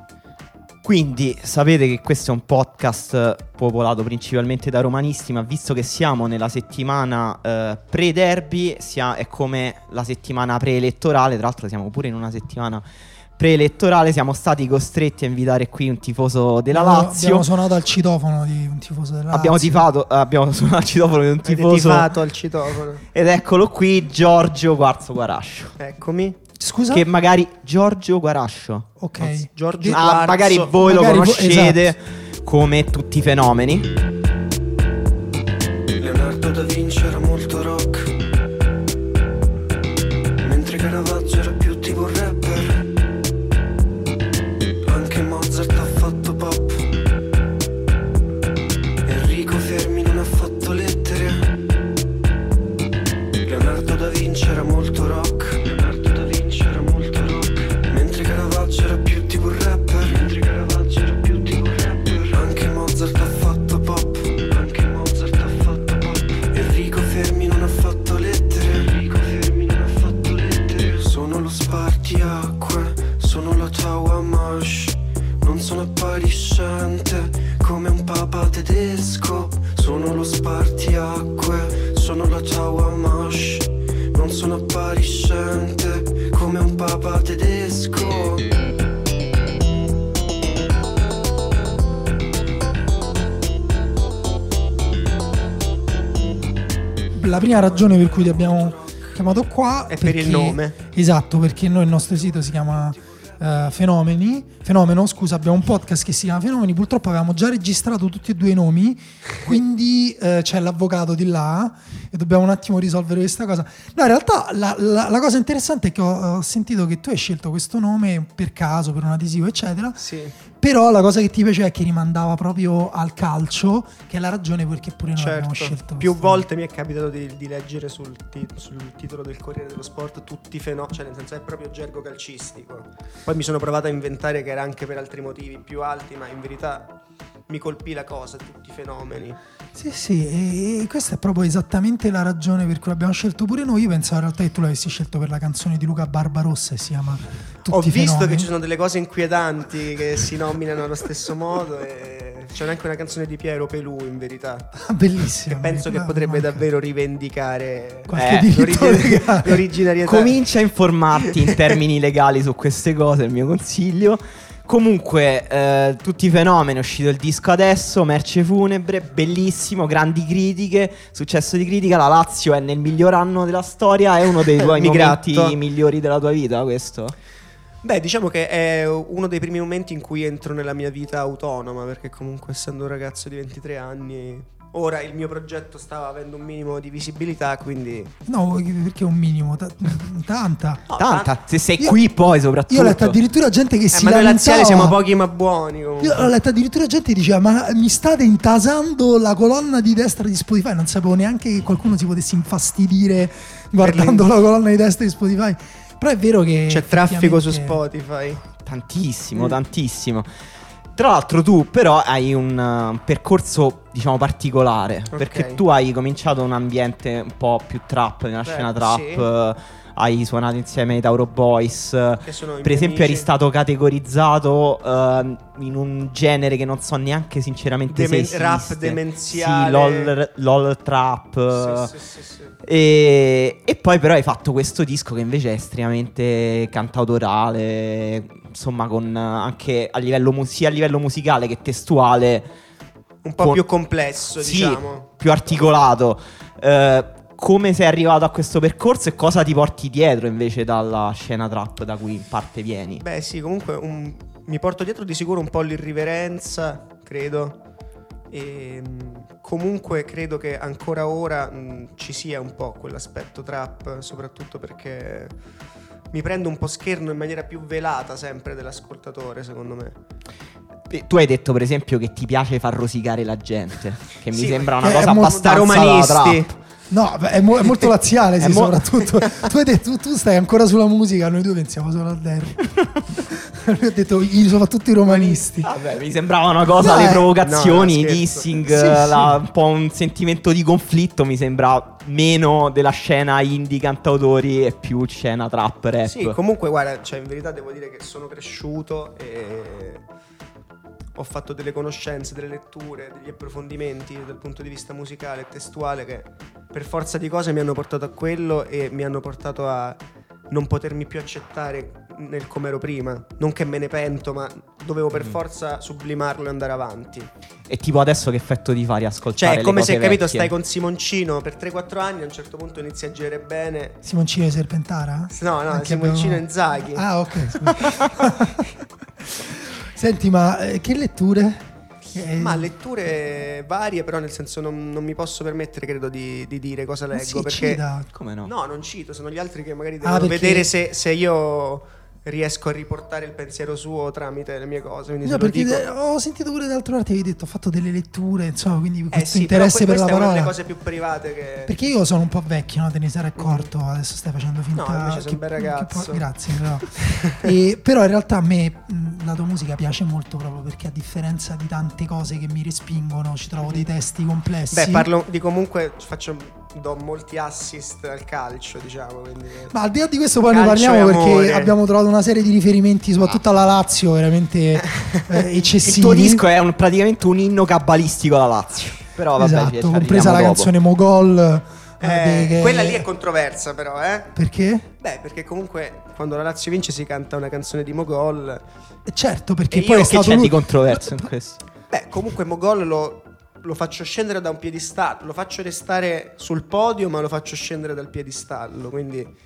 Quindi sapete che questo è un podcast popolato principalmente da romanisti, ma visto che siamo nella settimana eh, pre-derby, sia, è come la settimana pre-elettorale, tra l'altro siamo pure in una settimana pre-elettorale, siamo stati costretti a invitare qui un tifoso della Abbiamo- Lazio. Abbiamo suonato al citofono di un tifoso della Lazio. Abbiamo tifato, eh, abbiamo suonato al citofono di un Avete tifoso tifato al citofono. ed eccolo qui, Giorgio Quarzo Guarascio. Eccomi. Scusa? Che magari Giorgio Guarascio. Ok. Giorgio Di- Ah, Quarzo. magari voi Magari lo vo- conoscete come tutti i fenomeni. Leonardo da Vinci era molto rock, mentre Caravaggio era più tipo un rapper. Anche Mozart ha fatto pop, Enrico Fermi non ha fatto lettere. Leonardo da Vinci era molto rock, Leonardo da Vinci era molto rock, mentre Caravaggio era più tipo un rapper, mentre Caravaggio era più tipo un rapper. Anche Mozart ha fatto pop, anche Mozart ha fatto pop, Enrico Fermi non ha fatto lettere, Enrico Fermi non ha fatto lettere. Sono lo spartiacque, sono la Tauamash, non sono appariscente come un papa tedesco, Sono lo spartiacque, sono la Tawamash. Non sono appariscente come un papa tedesco. La prima ragione per cui ti abbiamo chiamato qua è per il nome. Esatto, perché noi il nostro sito si chiama uh, Fenomeni Fenomeno, scusa, abbiamo un podcast che si chiama Fenomeni. Purtroppo avevamo già registrato tutti e due i nomi, quindi uh, c'è l'avvocato di là e dobbiamo un attimo risolvere questa cosa. No, in realtà la, la, la cosa interessante è che ho, ho sentito che tu hai scelto questo nome per caso, per un adesivo eccetera. Sì. Però la cosa che ti piaceva è che rimandava proprio al calcio, che è la ragione perché pure noi certo. abbiamo scelto Più questo. volte mi è capitato di, di leggere sul, ti, sul titolo del Corriere dello Sport tutti i fenomeni, cioè nel senso è proprio gergo calcistico. Poi mi sono provato a inventare che era anche per altri motivi più alti, ma in verità mi colpì la cosa, tutti i fenomeni. Sì, sì, e, e questa è proprio esattamente la ragione per cui l'abbiamo scelto pure noi. Io pensavo in realtà che tu l'avessi scelto per la canzone di Luca Barbarossa e si chiama Tutti Ho i visto fenomeni. che ci sono delle cose inquietanti che si nominano allo stesso modo e c'è anche una canzone di Piero Pelù in verità. Ah, bellissimo. Che penso che Ah, potrebbe manca. davvero rivendicare Qualche Eh, diritto l'origine- legale. l'originarietà. Comincia a informarti in termini legali su queste cose, è il mio consiglio. Comunque, eh, tutti i fenomeni, è uscito il disco adesso, Merce Funebre, bellissimo, grandi critiche, successo di critica, la Lazio è nel miglior anno della storia, è uno dei tuoi Mi momenti gratto. migliori della tua vita, questo? Beh, diciamo che è uno dei primi momenti in cui entro nella mia vita autonoma, perché comunque essendo un ragazzo di ventitré anni, ora il mio progetto stava avendo un minimo di visibilità, quindi... No, perché un minimo, ta- tanta. No, Tanta, se sei Io- qui poi soprattutto. Io ho letto addirittura gente che Eh, si ma noi laziali lamentava. siamo pochi ma buoni comunque. Io ho letto addirittura gente che diceva: ma mi state intasando la colonna di destra di Spotify. Non sapevo neanche che qualcuno si potesse infastidire guardando la colonna di destra di Spotify. Però è vero che C'è traffico su effettivamente- Spotify. Tantissimo, Mm. tantissimo. Tra l'altro tu però hai un uh, percorso diciamo particolare, Ok. perché tu hai cominciato un ambiente un po' più trap, nella Beh, scena trap, sì. eh, hai suonato insieme ai Tauro Boys, eh, Che sono i per miei esempio eri amici. stato categorizzato eh, in un genere che non so neanche sinceramente Demen- se rap esiste. demenziale. Sì, lol, lol trap. Sì, sì, sì, sì. E, e poi però hai fatto questo disco che invece è estremamente cantautorale, insomma con eh, anche a livello, mu- sia a livello musicale che testuale Un po' con- più complesso, sì, diciamo. più articolato. Eh, come sei arrivato a questo percorso e cosa ti porti dietro invece dalla scena trap da cui in parte vieni? Beh sì, comunque un- mi porto dietro di sicuro un po' l'irriverenza, credo. E mh, comunque credo che ancora ora mh, ci sia un po' quell'aspetto trap, soprattutto perché mi prendo un po' scherno in maniera più velata sempre dell'ascoltatore, secondo me. Eh, Tu hai detto per esempio che ti piace far rosicare la gente, che mi Sì, sembra una che è cosa molto Da abbastanza romanisti. trap. No, beh, è, mo- è molto laziale, sì, È mo- soprattutto. Tu, hai detto, tu, tu stai ancora sulla musica, noi due pensiamo solo al derby. Lui ha detto i- soprattutto i romanisti. Vabbè, mi sembrava una cosa No, di eh, provocazioni, no, no, scherzo. dissing, Sì, la- sì. un po' un sentimento di conflitto. Mi sembra meno della scena indie cantautori e più scena trap rap. Sì, comunque guarda, cioè in verità devo dire che sono cresciuto e ho fatto delle conoscenze, delle letture, degli approfondimenti dal punto di vista musicale e testuale che per forza di cose mi hanno portato a quello e mi hanno portato a non potermi più accettare nel come ero prima. Non che me ne pento, ma dovevo per forza sublimarlo e andare avanti. E tipo adesso che effetto ti fa riascoltare Cioè è le come cose se, capito, vecchie? stai con Simoncino per tre quattro anni, a un certo punto inizi a girare bene. Simoncino di Serpentara? No, no, Anche Simoncino abbiamo- Inzaghi. Ah, ok. scusa. Senti, ma eh, che letture? Eh, Ma letture varie, però nel senso non, non mi posso permettere, credo, di, di dire cosa ma leggo. sì, perché cita. Come no? no, non cito, sono gli altri che magari Ah, devono perché- vedere se, se io riesco a riportare il pensiero suo tramite le mie cose. Quindi No, se lo perché dico... de- ho sentito pure d'altra parte avevi detto ho fatto delle letture, insomma, quindi Eh questo sì, però interesse que- per la questa è una parola. delle cose più private che... Perché io sono un po' vecchio, no? Te ne sarai accorto, adesso stai facendo finta. No, invece sei che- un bel che ragazzo. poi- grazie, però. E, però in realtà a me mh, la tua musica piace molto proprio perché a differenza di tante cose che mi respingono, ci trovo dei testi complessi. Beh, parlo di comunque faccio do molti assist al calcio, diciamo, quindi... Ma al di là di questo poi ne Calcio parliamo e perché amore. abbiamo trovato una serie di riferimenti soprattutto alla Lazio veramente eh, Il eccessivi. tuo disco è un- praticamente un inno cabalistico alla Lazio. Però vabbè, esatto, ci compresa la arriviamo canzone Mogol. Eh, che- quella lì è controversa però, eh? Perché? Beh, perché comunque quando la Lazio vince si canta una canzone di Mogol. Eh, Certo, perché E poi io è che Che stato c'è lui- di controverso in questo? Beh, comunque Mogol lo, lo faccio scendere da un piedistallo, lo faccio restare sul podio, ma lo faccio scendere dal piedistallo, quindi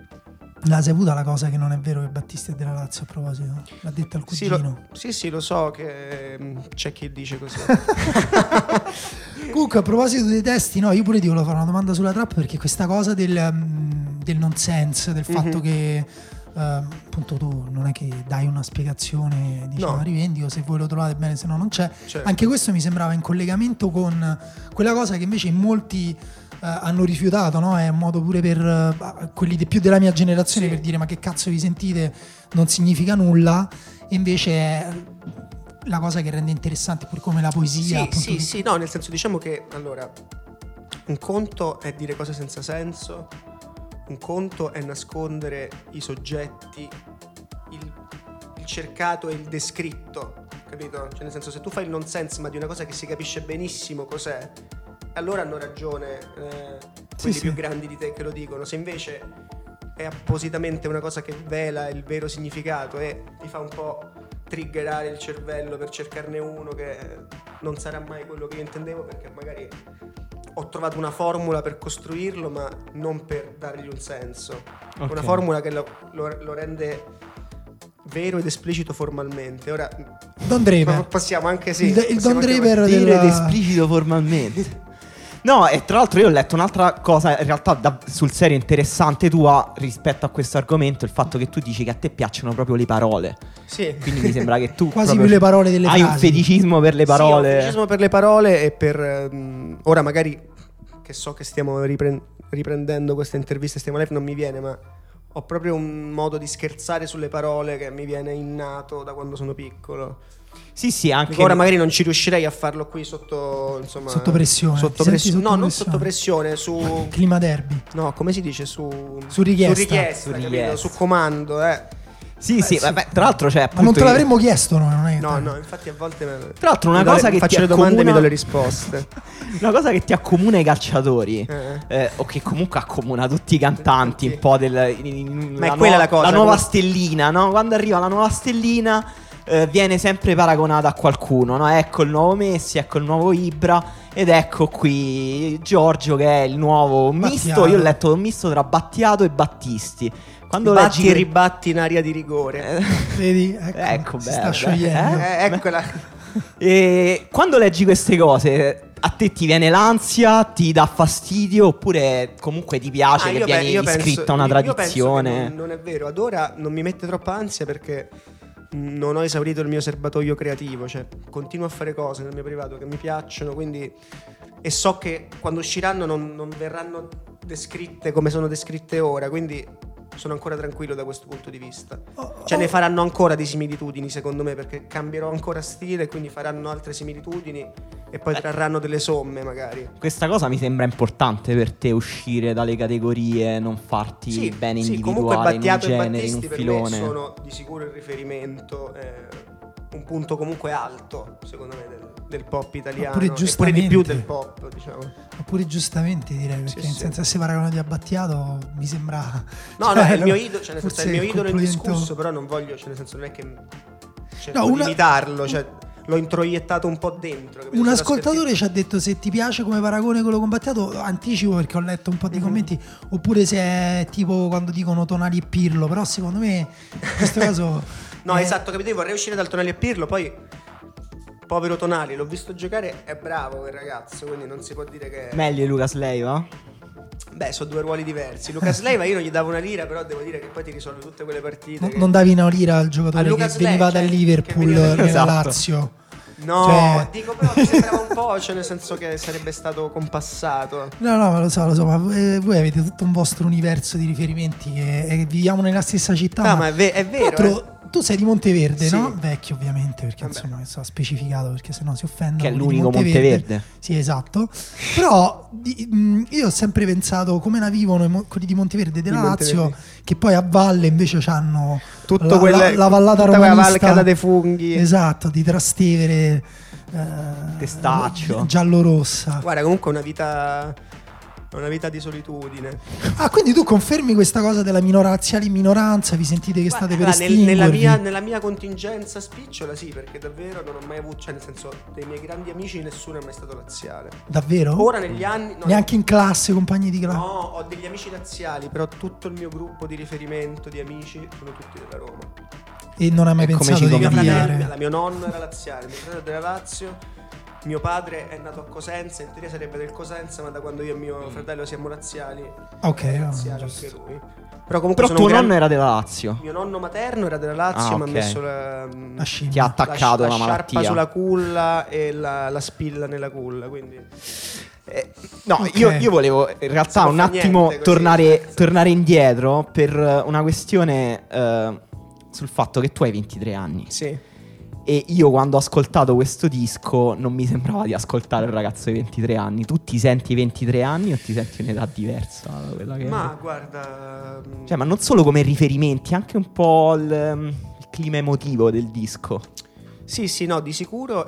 La si è avuta la cosa che non è vero che Battisti è della Lazio a proposito. L'ha detta il sì cugino. lo, sì, sì, lo so che mm, c'è chi dice così. Comunque, a proposito dei testi, no, io pure ti volevo fare una domanda sulla trap, perché questa cosa del, um, del nonsense, del fatto Mhm. che uh, appunto tu non è che dai una spiegazione, dici No. ma rivendico, se voi lo trovate bene, se no non c'è. Certo. Anche questo mi sembrava in collegamento con quella cosa che invece in molti uh, hanno rifiutato, no? È un modo pure per uh, quelli di più della mia generazione, Sì. per dire ma che cazzo vi sentite, non significa nulla, e invece è la cosa che rende interessante pure come la poesia. Sì, appunto, sì, che- sì, no, nel senso diciamo che allora un conto è dire cose senza senso, un conto è nascondere i soggetti, il, il cercato e il descritto, capito? Cioè nel senso, se tu fai il nonsense ma di una cosa che si capisce benissimo cos'è, allora hanno ragione eh, quelli sì. più grandi di te che lo dicono. Se invece è appositamente una cosa che vela il vero significato e ti fa un po' triggerare il cervello per cercarne uno che non sarà mai quello che io intendevo, perché magari ho trovato una formula per costruirlo ma non per dargli un senso. Ok. Una formula che lo, lo- lo rende vero ed esplicito formalmente. Ora Don Draper. possiamo anche sì, il, il possiamo Don anche- Draper Dire della... ed esplicito formalmente. No, e tra l'altro io ho letto un'altra cosa in realtà da- sul serio interessante tua rispetto a questo argomento, il fatto che tu dici che a te piacciono proprio le parole. Sì. Quindi mi sembra che tu Quasi proprio più le parole delle hai un frasi. feticismo per le Sì, ho un parole. feticismo per le parole e per ehm, ora magari che so che stiamo ripren- riprendendo questa intervista, stiamo live, non mi viene, ma ho proprio un modo di scherzare sulle parole che mi viene innato da quando sono piccolo. Sì, sì, anche Dico, ora magari non ci riuscirei a farlo qui sotto, insomma, Sotto pressione. sotto Ti press- senti sotto no, non pressione? sotto pressione, su Clima derby. no, come si dice su Su richiesta. su richiesta, Su capito? richiesta. Su comando, eh. Sì, sì, vabbè, tra l'altro c'è Ma appunto non te io- l'avremmo chiesto noi, non è che No, te- no, infatti a volte me- Tra l'altro una mi do le- cosa che faccio ti le domande e mi accomuna- do le risposte. Una cosa che ti accomuna ai calciatori, Eh. eh, o che comunque accomuna tutti i cantanti, Tutti. un po' del. in- in- Ma è la quella nuova- la cosa, La nuova come- stellina, no? Quando arriva la nuova stellina, eh, viene sempre paragonata a qualcuno, no? Ecco il nuovo Messi, ecco il nuovo Ibra, ed ecco qui Giorgio che è il nuovo misto. Battiato. Io ho letto un misto tra Battiato e Battisti. Quando Batti leggi e ribatti in aria di rigore. Vedi? Ecco, Ecco, si bello, sta sciogliendo. eh? Eh, eccola. E quando leggi queste cose, a te ti viene l'ansia, ti dà fastidio, oppure comunque ti piace Ah, che io pe- vieni io penso- iscritta a una io- io penso tradizione? che non, non è vero. Ad ora non mi mette troppa ansia perché mh, non ho esaurito il mio serbatoio creativo. Cioè, continuo a fare cose nel mio privato che mi piacciono. Quindi, e so che quando usciranno non, non verranno descritte come sono descritte ora. Quindi sono ancora tranquillo da questo punto di vista. Cioè, ne faranno ancora di similitudini, secondo me, perché cambierò ancora stile, quindi faranno altre similitudini e poi trarranno delle somme, magari. Questa cosa mi sembra importante per te, uscire dalle categorie, non farti bene sì, comunque individuare in un Battiato e genere, in Battisti un per filone. me sono di sicuro il riferimento, eh, un punto comunque alto, secondo me, del, del pop italiano. Oppure e pure di giustamente. più del pop, diciamo. Oppure giustamente direi, perché Sì, in sì. senso se paragono di Abbattiato mi sembra... No, cioè, no, è il no, mio idolo, cioè nel senso, è forse il mio idolo complimento- indiscusso, però non voglio, cioè nel senso non è che cerco No, di una- imitarlo, cioè l'ho introiettato un po' dentro. capito? Un Sono ascoltatore scherzi- ci ha detto se ti piace come paragone quello con Battiato, anticipo perché ho letto un po' di Mhm. commenti, oppure se è tipo quando dicono Tonali e Pirlo, però secondo me in questo caso... No, eh, esatto, capito? Io vorrei uscire dal Tonali e Pirlo, poi povero Tonali, l'ho visto giocare, è bravo quel ragazzo, quindi non si può dire che... Meglio Lucas Leiva? Beh, sono due ruoli diversi. Lucas Leiva io non gli davo una lira, però devo dire che poi ti risolve tutte quelle partite. non, che- non davi una lira al A giocatore che Lucas veniva Leiva, da cioè, Liverpool che veniva da- nella Esatto. Lazio. No, Cioè- dico però mi sembrava un po', cioè nel senso che sarebbe stato compassato. No, no, ma lo so, lo so, ma eh, voi avete tutto un vostro universo di riferimenti che, e viviamo nella stessa città. No, ma è, ve- è tra vero. l'altro, eh. tu sei di Monteverde, Sì. no? Vecchio ovviamente, perché Vabbè. insomma questo ha specificato, perché sennò si offendono. Che è quelli di l'unico Monteverde. Sì, esatto. Però di- mh, io ho sempre pensato come la vivono i mo- quelli di Monteverde della Di Lazio, Monteverde. che poi a valle invece hanno Tutto la, quelle- la, la vallata tutta quella romanista, valcata dei funghi. esatto, di Trastevere, eh, Testaccio. giallorossa. Guarda, comunque è una vita è una vita di solitudine. Ah, quindi tu confermi questa cosa della minoranziale in minoranza? Vi sentite che state per Guarda, nel- estinguervi? nella, mia, nella mia contingenza spicciola sì, perché davvero non ho mai avuto, cioè nel senso, dei miei grandi amici nessuno è mai stato laziale. Davvero? Ora negli anni no, Neanche in classe, compagni di classe? no, ho degli amici laziali, però tutto il mio gruppo di riferimento di amici sono tutti della Roma. E non hai mai E come pensato ci di Mio conviviamo? fratello, cambiare? la mio nonno era laziale, mio fratello della Lazio, mio padre è nato a Cosenza, in teoria sarebbe del Cosenza, ma da quando io e mio fratello siamo laziali, Ok, è no, laziale giusto. anche lui. Però comunque Però sono tuo un gran- nonno era della Lazio. mio nonno materno era della Lazio, Ah, ma ha ok. messo la, La scimmia. Ti ha attaccato la, la, la sciarpa malattia. sulla culla e la, la spilla nella culla, quindi Eh, no, Ok. io, io volevo in realtà Non un fa attimo niente così. tornare, tornare indietro per eh, una questione eh, sul fatto che tu hai ventitré anni. sì. E io quando ho ascoltato questo disco non mi sembrava di ascoltare un ragazzo di ventitré anni. Tu ti senti ventitré anni o ti senti un'età diversa da quella che Ma guarda, mm, Cioè, ma non solo come riferimenti, anche un po' il, il clima emotivo del disco. sì, sì, no, di sicuro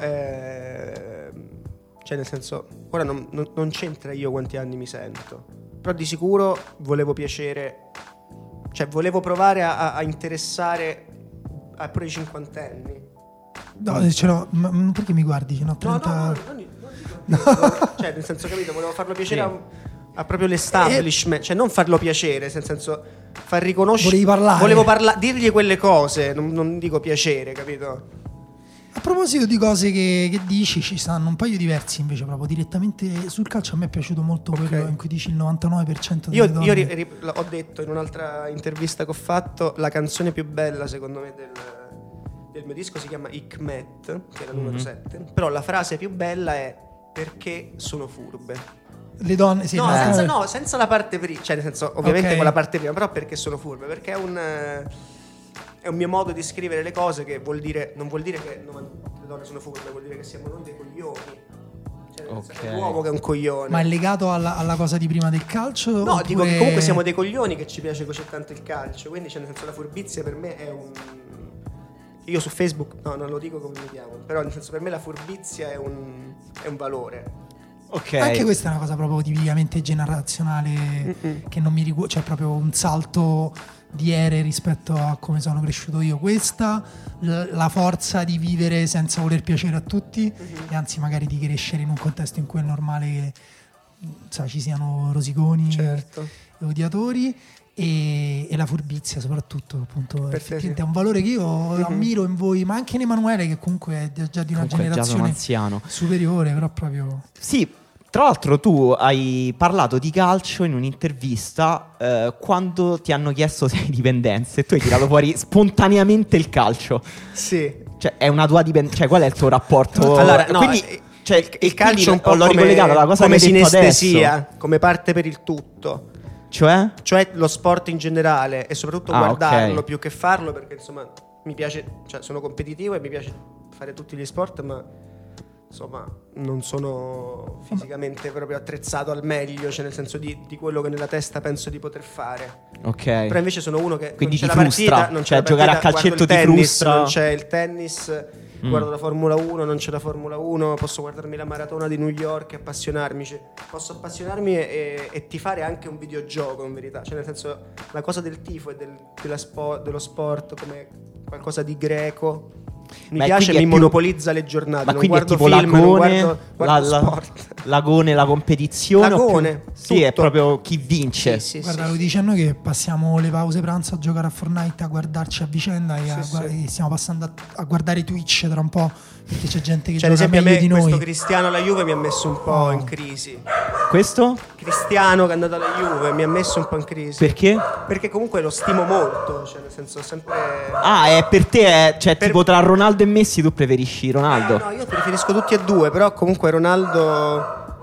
eh, cioè nel senso, ora non, non- non c'entra io quanti anni mi sento, però di sicuro volevo piacere, cioè volevo provare a, a- a interessare a pure i cinquantenni. No, ce l'ho, ma ma perché mi guardi? No, No, trenta... no, no, non, non dico, cioè nel senso, capito, volevo farlo piacere Sì. a, a proprio l'establishment, cioè non farlo piacere, nel senso far riconoscere, Volevi parlare. volevo parla- dirgli quelle cose, non, non dico piacere, capito? A proposito di cose che, che dici, ci stanno un paio di versi invece proprio direttamente sul calcio. A me è piaciuto molto Ok. quello in cui dici il novantanove per cento Io, delle donne. io ri- ri- ho detto in un'altra intervista che ho fatto, la canzone più bella secondo me del, del mio disco si chiama Hikmet, che è la numero Mhm. sette, però la frase più bella è perché sono furbe. Le donne, sì, No, ma- senza, no, senza la parte prima, cioè nel senso, ovviamente Ok. con la parte prima, però perché sono furbe? Perché è un, eh, è un mio modo di scrivere le cose che vuol dire, non vuol dire che no, le donne sono furbe, vuol dire che siamo noi dei coglioni. Cioè, nel senso, Ok. è l'uomo che è un coglione. Ma è legato alla, alla cosa di prima del calcio? No, oppure- dico che comunque siamo dei coglioni che ci piace così tanto il calcio, quindi cioè, nel senso la furbizia per me è un... Io su Facebook, no, non lo dico come mi chiamo, però nel senso per me la furbizia è un, è un valore. Ok. Anche questa è una cosa proprio tipicamente generazionale Mm-mm. che non mi riguarda, cioè proprio un salto di ere rispetto a come sono cresciuto io. Questa, l- la forza di vivere senza voler piacere a tutti Mm-hmm. e anzi magari di crescere in un contesto in cui è normale che sai, ci siano rosiconi Certo. e odiatori. E, e la furbizia soprattutto, appunto, Per te, effettivamente sì. è un valore che io Mhm. ammiro in voi, ma anche in Emanuele, che comunque è già di una Comunque già sono generazione anziano. superiore, però proprio... Sì, tra l'altro tu hai parlato di calcio in un'intervista eh, quando ti hanno chiesto se hai dipendenze e tu hai tirato fuori spontaneamente il calcio. Sì. Cioè, è una tua dipendenza. Cioè, qual è il tuo rapporto? Allora, no, quindi, eh, cioè, il, e il calcio è un po' quindi l'ho come, ricollegato alla cosa come che hai detto sinestesia, adesso. come parte per il tutto. Cioè? Cioè lo sport in generale e soprattutto Ah, guardarlo ok. più che farlo, perché insomma mi piace, cioè sono competitivo e mi piace fare tutti gli sport, ma insomma non sono fisicamente proprio attrezzato al meglio, cioè nel senso di, di quello che nella testa penso di poter fare. Ok. Però invece sono uno che Quindi non c'è ti la frustra? partita, non c'è Cioè, la giocare partita, a calcetto guardo il ti tennis, frustra? non c'è il tennis, Mm. guardo la Formula uno, non c'è la Formula uno, posso guardarmi la maratona di New York e appassionarmi, cioè, posso appassionarmi e, e, e tifare anche un videogioco in verità, cioè nel senso la cosa del tifo e del, della spo- dello sport come qualcosa di greco mi Ma piace, quindi mi è più- monopolizza le giornate, Ma non quindi è guardo tipo film, non l'agone, guardo, la, guardo la- sport. l'agone, la competizione. o L'agone, più- Sì, è tutto. proprio chi vince. Sì, sì, Guarda, sì, lo sì. dicendo che passiamo le pause pranzo a giocare a Fortnite, a guardarci a vicenda e, a Sì, gua- sì. e stiamo passando a, a guardare Twitch tra un po', perché c'è gente che Cioè, ad gioca esempio, a meglio me di questo noi. Cristiano alla Juve mi ha messo un po' Oh. in crisi. Questo? Cristiano che è andato alla Juve mi ha messo un po' in crisi. Perché? Perché comunque lo stimo molto, cioè nel senso sempre... Ah, è per te, è, cioè Per- tipo tra Ronaldo e Messi tu preferisci Ronaldo? No, io preferisco tutti e due, però comunque Ronaldo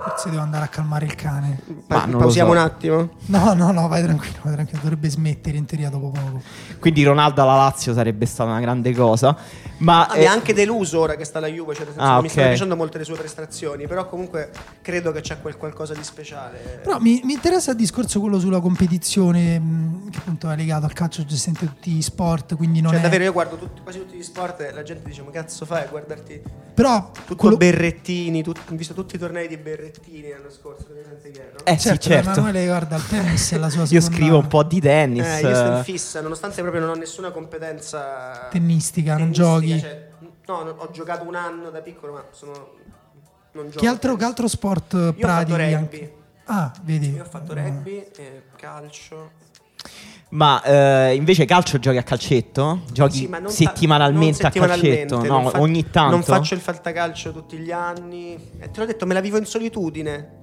Forse devo andare a calmare il cane. Ma Pa- non lo pausiamo so. un attimo. No, no, no, vai tranquillo, vai tranquillo. Dovrebbe smettere in teoria dopo poco. Quindi Ronaldo alla Lazio sarebbe stata una grande cosa. Ma Ah, eh, mi ha anche deluso ora che sta alla Juve, cioè nel senso Ah, non mi stanno ok. piacendo molte le sue prestazioni, però comunque credo che c'è quel qualcosa di speciale. Però mi, mi interessa il discorso quello sulla competizione, mh, che appunto è legato al calcio, gestente tutti gli sport, quindi non Cioè è... davvero io guardo tutti- quasi tutti gli sport e la gente dice ma cazzo fai a guardarti Però tutto quello... Berrettini, tut- ho visto tutti i tornei di Berrettini l'anno scorso, che ne senti che no? eh sì, certo, certo. Emanuele guarda il tennis è la sua Io seconda scrivo un po' di tennis. Eh, io sto in fissa, nonostante proprio non ho nessuna competenza tennistica, non tennistica, giochi. cioè, no, no, ho giocato un anno da piccolo, ma sono non gioco. Che altro, a che altro sport tennis. Io ho fatto pratichi rugby. anche? Ah, vedi. Io ho fatto rugby, e calcio. Ma eh, invece calcio giochi a calcetto? Giochi Sì, ma non ta- settimanalmente, non a calcetto? settimanalmente, No, non fa- ogni tanto. Non faccio il fantacalcio tutti gli anni. Eh, te l'ho detto, me la vivo in solitudine.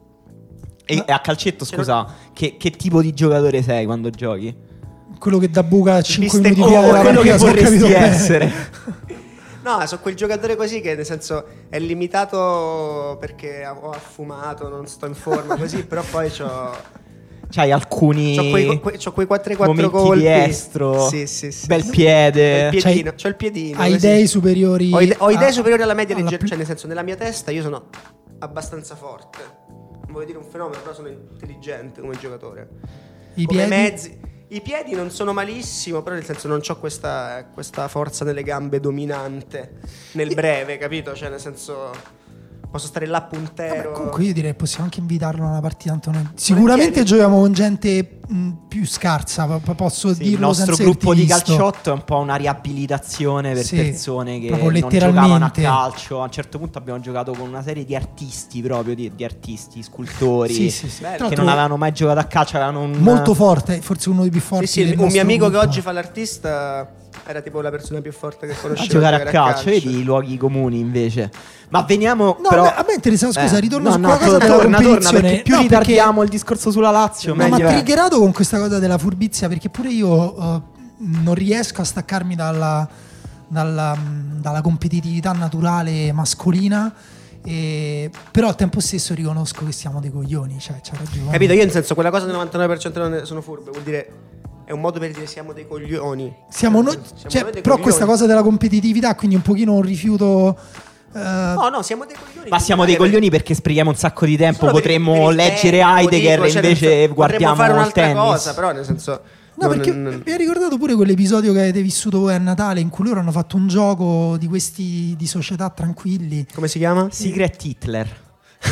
E e a calcetto, scusa, che, che tipo di giocatore sei quando giochi? Quello che da buca a cinque Bistec- minuti prima oh, della quello che partita, se ho vorresti capito bene. essere. No, sono quel giocatore così che nel senso è limitato perché ho affumato, non sto in forma così, però poi c'ho C'hai alcuni C'ho quei, que- c'ho quei quattro quattro momenti colpi. di estro, Sì, sì, sì. bel sì. piede. Bel piedino, C'hai- c'ho il piedino. Hai così. idee superiori. Ho, ide- ho idee a- superiori alla media alla leggera, pl- cioè nel senso nella mia testa io sono abbastanza forte. Non voglio dire un fenomeno, però sono intelligente come giocatore. I come piedi? mezzi. I piedi non sono malissimo, però nel senso non ho questa, questa forza nelle gambe dominante nel breve, capito? Cioè nel senso posso stare là puntero. Vabbè, comunque io direi possiamo anche invitarlo a una partita. Tanto noi- Sicuramente giochiamo con gente mh, più scarsa, po- po- posso Sì, il dirlo nostro senza gruppo averti di visto. calciotto è un po' una riabilitazione per Sì, persone che proprio non giocavano a letteralmente. calcio. A un certo punto abbiamo giocato con una serie di artisti proprio, di, di artisti, scultori Sì, sì, sì. Bello. Tra che l'altro non avevano mai giocato a calcio, avevano un molto forte, forse uno dei più Sì, forti sì, del un mio nostro amico che gruppo. oggi fa l'artista era tipo la persona più forte che a conoscevo giocare a calcio, vedi i luoghi comuni invece. Ma veniamo No, però a me- a me interessa, scusa, Eh, ritorno no, su no, quella cosa to- della torna, torna, competizione. perché più No, ritardiamo il discorso sulla Lazio, No, ma meglio è. triggerato con questa cosa della furbizia, perché pure io eh, non riesco a staccarmi dalla, dalla, mh, dalla competitività naturale mascolina. E, però al tempo stesso riconosco che siamo dei coglioni, cioè c'ha ragione. Capito? Io nel senso quella cosa del novantanove per cento non è- sono furbe, vuol dire è un modo per dire siamo dei coglioni. Siamo noi, Siamo cioè, noi dei però coglioni. questa cosa della competitività, quindi un pochino un rifiuto. eh, No, no, siamo dei coglioni. Ma siamo dei coglioni perché sprechiamo un sacco di tempo. Solo per- Potremmo per il leggere tempo, Heidegger, dico, cioè, invece nel senso, guardiamo potremmo fare il un'altra tennis. cosa, però nel senso No, non- perché non- mi hai ricordato pure quell'episodio che avete vissuto voi a Natale, in cui loro hanno fatto un gioco di questi di società tranquilli. come si chiama? Secret Hitler.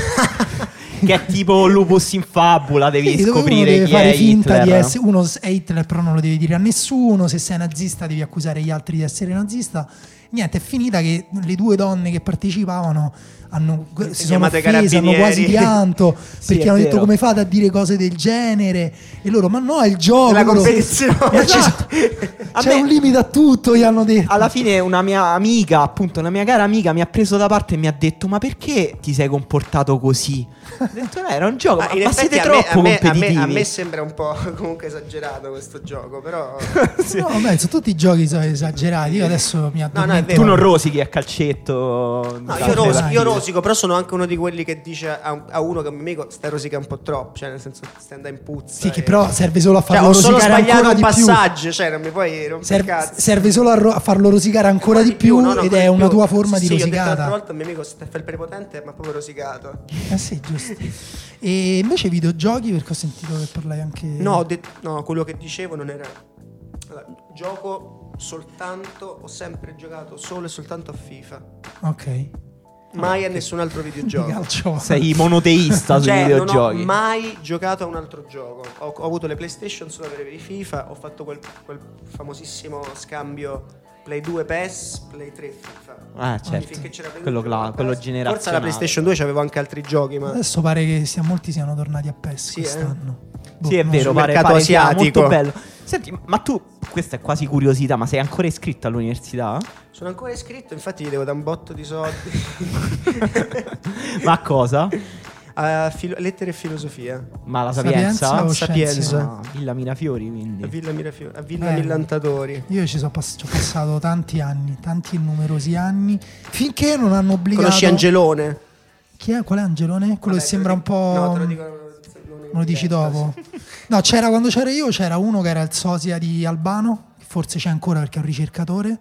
Che è tipo lupus in fabula, devi Sì, dove uno scoprire deve chi fare è finta Hitler. di essere uno è Hitler, però non lo devi dire a nessuno. Se sei nazista devi accusare gli altri di essere nazista. Niente, è finita che le due donne che partecipavano hanno, si sono chiamate offese, hanno carabinieri. quasi pianto Sì, perché è hanno detto vero. come fate a dire cose del genere, e loro ma no, è il gioco, La loro- competizione. Eh, ci Esatto. sono- A c'è me- un limite a tutto, gli hanno detto. Alla fine una mia amica, appunto una mia cara amica, mi ha preso da parte e mi ha detto: ma perché ti sei comportato così? Ho detto: no, era un gioco, Ah, ma, in ma effetti siete a me, troppo a me- a me- competitivi. a me sembra un po' comunque esagerato questo gioco, però No, vabbè, sono tutti giochi sono esagerati. Io adesso mi no, è addormento. vero. Tu non rosichi a calcetto. No, Dai, io, ros- dai. io rosico, però sono anche uno di quelli che dice a, un- a uno che è un mio amico stai rosica un po' troppo, cioè nel senso stai andando in puzza. Sì, che e- però serve solo a cioè, farlo ho solo rosicare sbagliato ancora un di più. passaggio, cioè non mi puoi rompere il Serve, cazzo. serve solo a, ro- a farlo rosicare ancora di più, no, no, ed ancora è di una più. tua forma Sì, di sì, io ho detto l'altra rosicata. volta a un mio amico stai fa il prepotente, ma proprio rosicato. Eh sì, giusto. E invece videogiochi, perché ho sentito che parlai anche. No, ho detto- no, quello che dicevo non era. Allora, gioco soltanto, ho sempre giocato solo e soltanto a FIFA. Ok. Mai a nessun altro Di videogioco. calcio. Sei monoteista sui Cioè, non ho videogiochi. mai giocato a un altro gioco. Ho, ho avuto le PlayStation solo per i FIFA. Ho fatto quel, quel famosissimo scambio Play due P E S, Play tre FIFA. Ah, Quindi certo. finché c'era Play Quello due, cla- c'era quello P E S. generazionale. Forse la PlayStation due c'avevo anche altri giochi, ma Adesso pare che sia, molti siano tornati a P E S Sì, eh. quest'anno. Boh, Sì, è non vero, so. pare, mercato pare sia asiatico. molto bello. Senti, ma tu, questa è quasi curiosità, ma sei ancora iscritto all'università? sono ancora iscritto. Infatti gli devo dare un botto di soldi. Ma a cosa? A filo- lettere e filosofia. Ma la Sapienza Sapienza? o Sapienza. scienze? Ah, Villa Mirafiori, quindi. A Villa Mirafio- a Villa Eh. Millantatori. Io ci sono pass- ci ho passato tanti anni, tanti e numerosi anni, finché non hanno obbligato. Conosci Angelone? Chi è? Qual è Angelone? Quello Vabbè, che sembra un te lo po'... dico- No, te lo dico. non in Me lo dici diretta, dopo? sì. No, c'era quando c'era io, c'era uno che era il sosia di Albano, che forse c'è ancora perché è un ricercatore,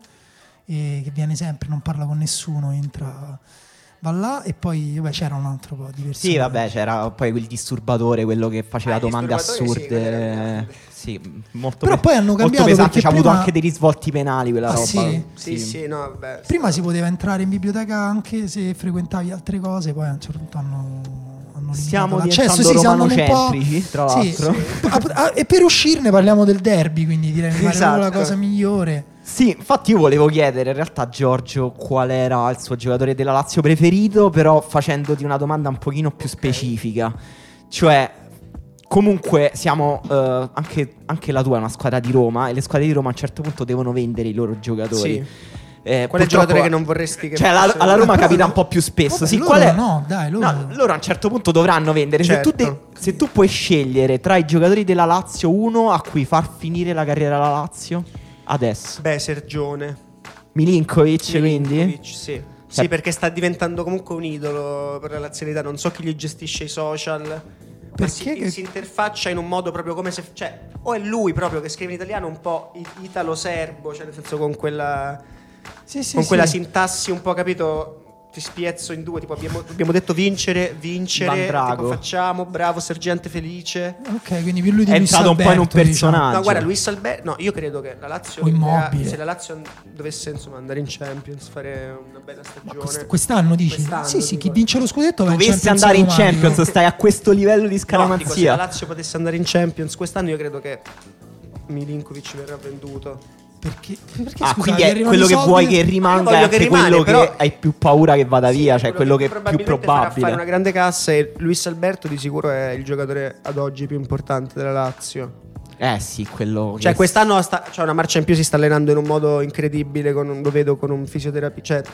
e che viene sempre, non parla con nessuno, entra, va là, e poi vabbè, c'era un altro po' di persone. Sì, vabbè, c'era poi quel disturbatore, quello che faceva Ah, il domande disturbatore, sì, quello era assurde. grande. Sì, molto Però pe- poi hanno molto cambiato pesante, perché c'ha avuto prima- anche dei risvolti penali quella Ah, roba. sì? Sì, sì, no, vabbè. Prima si poteva entrare in biblioteca anche se frequentavi altre cose, poi a un certo punto hanno, hanno Stiamo limitato l'accesso. diventando Sì, sì, andano un po'- romanocentrici, tra Sì, l'altro. sì. Ah, ah, e per uscirne parliamo del derby, quindi direi che Esatto. è la cosa migliore. Sì, infatti io volevo chiedere in realtà a Giorgio qual era il suo giocatore della Lazio preferito, però facendoti una domanda un pochino più specifica. Cioè, comunque siamo, eh, anche, anche la tua è una squadra di Roma, e le squadre di Roma a un certo punto devono vendere i loro giocatori. Sì. Eh, Qual è il purtroppo- giocatore che non vorresti che Cioè alla, fosse- alla Roma Ma capita però- un po' più spesso. vabbè, Sì, loro qual è? no, dai, loro- No, loro a un certo punto dovranno vendere. Se, tu Certo. de- se tu puoi scegliere tra i giocatori della Lazio uno a cui far finire la carriera alla Lazio, adesso Beh, Sergione. Milinkovic, quindi Milinkovic, sì. Cioè- Sì, perché sta diventando comunque un idolo per la lazialità. Non so chi gli gestisce i social. Ma Perché si, che- si interfaccia in un modo proprio come se. Cioè, o è lui proprio che scrive in italiano un po' i- italo-serbo, cioè nel senso con quella. Sì, sì, con sì. quella sintassi un po', capito? Ti spiezzo in due. Tipo, abbiamo, abbiamo detto vincere, vincere. Van Drago. Tipo, facciamo, bravo, sergente felice. Ok, quindi più lui di è Luis entrato un po' in un Alberto, diciamo. personaggio. No, guarda, Luis Alberto. No, io credo che la Lazio. O Immobile. Se la Lazio dovesse insomma andare in Champions, fare una bella stagione. Quest- quest'anno dici? Quest'anno, sì, sì, chi dico. vince lo scudetto va in Dovessi Champions andare in automatico. Champions, stai a questo livello di No, dico, se la scaramanzia. Lazio potesse andare in Champions quest'anno, io credo che Milinkovic verrà venduto. Perché, perché Ah, scusa, quindi gli è arrivano quello i che soldi? vuoi che Io rimanga, voglio è anche che rimane, quello però- che hai più paura che vada Sì, via, cioè quello che è più probabilmente farà probabile. fare una grande cassa, e Luis Alberto di sicuro è il giocatore ad oggi più importante della Lazio. Eh sì, quello Cioè che- quest'anno sta, cioè una marcia in più, si sta allenando in un modo incredibile, con un- lo vedo con un fisioterapista, cioè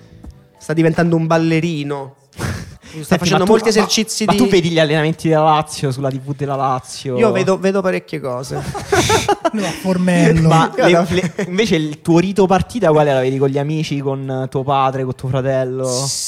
sta diventando un ballerino. Sta Senti, facendo ma tu- molti ma- esercizi ma, di tu vedi gli allenamenti della Lazio sulla tivù della Lazio? Io vedo, vedo parecchie cose. Lui va a Formello. Ma Io le- alla- le- invece il tuo rito partita quale la vedi con gli amici, con tuo padre, con tuo fratello?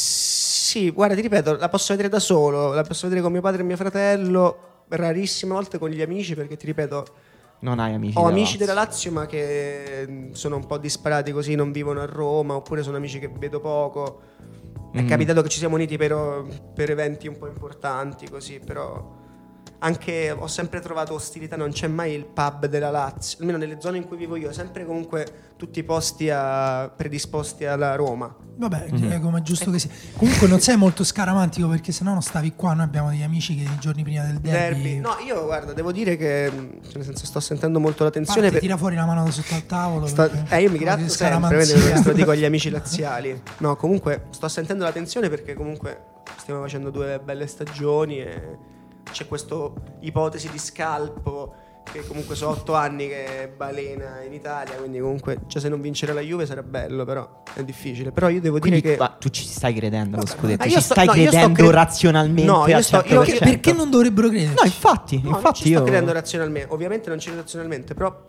Sì, guarda, ti ripeto, la posso vedere da solo, la posso vedere con mio padre e mio fratello, rarissime volte con gli amici, perché ti ripeto, Non hai amici? ho della amici Lazio? della Lazio ma che mm, sono un po' disparati così, non vivono a Roma, oppure sono amici che vedo poco. È Mm. capitato che ci siamo uniti per, per eventi un po' importanti così, però anche ho sempre trovato ostilità, non c'è mai il pub della Lazio, almeno nelle zone in cui vivo io, sempre comunque tutti i posti a- predisposti alla Roma. Vabbè, Mhm. è come è giusto che sia. Comunque non sei molto scaramantico perché sennò non stavi qua. Noi abbiamo degli amici che i giorni prima del derby, Derby. No, io guarda, devo dire che mh, cioè, nel senso sto sentendo molto la tensione. parte, per- tira fuori la mano da sotto al tavolo. sta- perché- eh, io mi di gratto sempre, scaramanzia. vedi, questo lo dico agli amici laziali. No, comunque sto sentendo la tensione perché comunque stiamo facendo due belle stagioni e c'è questa ipotesi di scalpo che comunque sono otto anni che balena in Italia, quindi comunque cioè, se non vincere la Juve sarà bello, però è difficile. Però io devo Quindi, dire che ma tu ci stai credendo allo scudetto? Ma io Ci sto- stai no, io sto credendo cre- razionalmente? No, io al sto- io- cento per Perché, cento? perché non dovrebbero credere? No, infatti, no, non infatti ci sto io credendo razionalmente. Ovviamente non ci credo razionalmente, però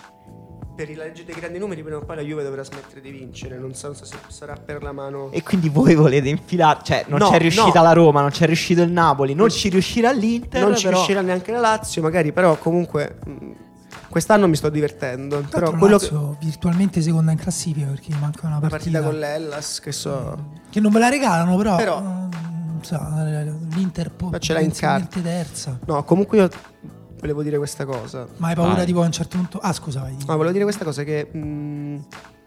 per la legge dei grandi numeri prima o poi la Juve dovrà smettere di vincere. Non so se sarà per la mano. E quindi voi volete infilare, cioè non No, c'è riuscita no. la Roma, non c'è riuscito il Napoli, non ci riuscirà l'Inter, non ci però- riuscirà neanche la Lazio, magari, però comunque mh, quest'anno mi sto divertendo. Tra Però l'altro quello la che Lazio virtualmente seconda in classifica perché gli manca una una partita, partita con l'Hellas, che so. che non ve la regalano, però, Però- mm, so, l'Inter può Ma ce l'ha in potenzialmente terza. No, comunque io volevo dire questa cosa. Ma hai paura Vai. tipo a un certo punto? Ah, scusa, vai. No, volevo dire questa cosa che mh,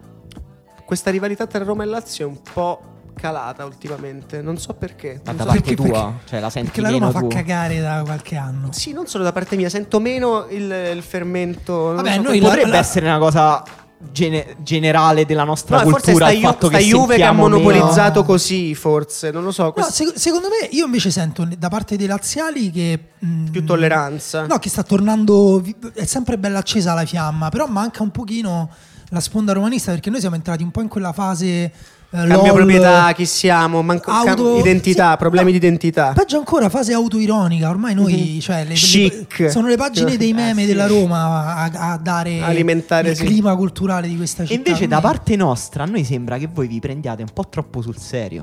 questa rivalità tra Roma e Lazio è un po' calata ultimamente, non so perché. Ma Non da so- parte perché- tua, perché- cioè la senti Perché la Roma meno fa tu? cagare da qualche anno. Sì, non solo da parte mia, sento meno il, il fermento. non Vabbè, so, noi la- Potrebbe la- essere una cosa gene- generale della nostra No, forse cultura sta, il Ju- fatto sta che Juve che ha sentiamo monopolizzato meno- così, forse, non lo so. No, quest- sec- secondo me io invece sento da parte dei laziali che mm, più tolleranza. No, che sta tornando, vi- è sempre bella accesa la fiamma, però manca un pochino la sponda romanista perché noi siamo entrati un po' in quella fase eh, Cambio LOL, proprietà, chi siamo, manco- auto- cam- identità, sì, problemi no, di identità. Peggio ancora fase autoironica, ormai noi Mhm. cioè, le- le- Chic. sono le pagine dei meme Eh, sì. della Roma a, a dare Alimentare, il sì. clima culturale di questa città. E invece da Quindi- parte nostra a noi sembra che voi vi prendiate un po' troppo sul serio.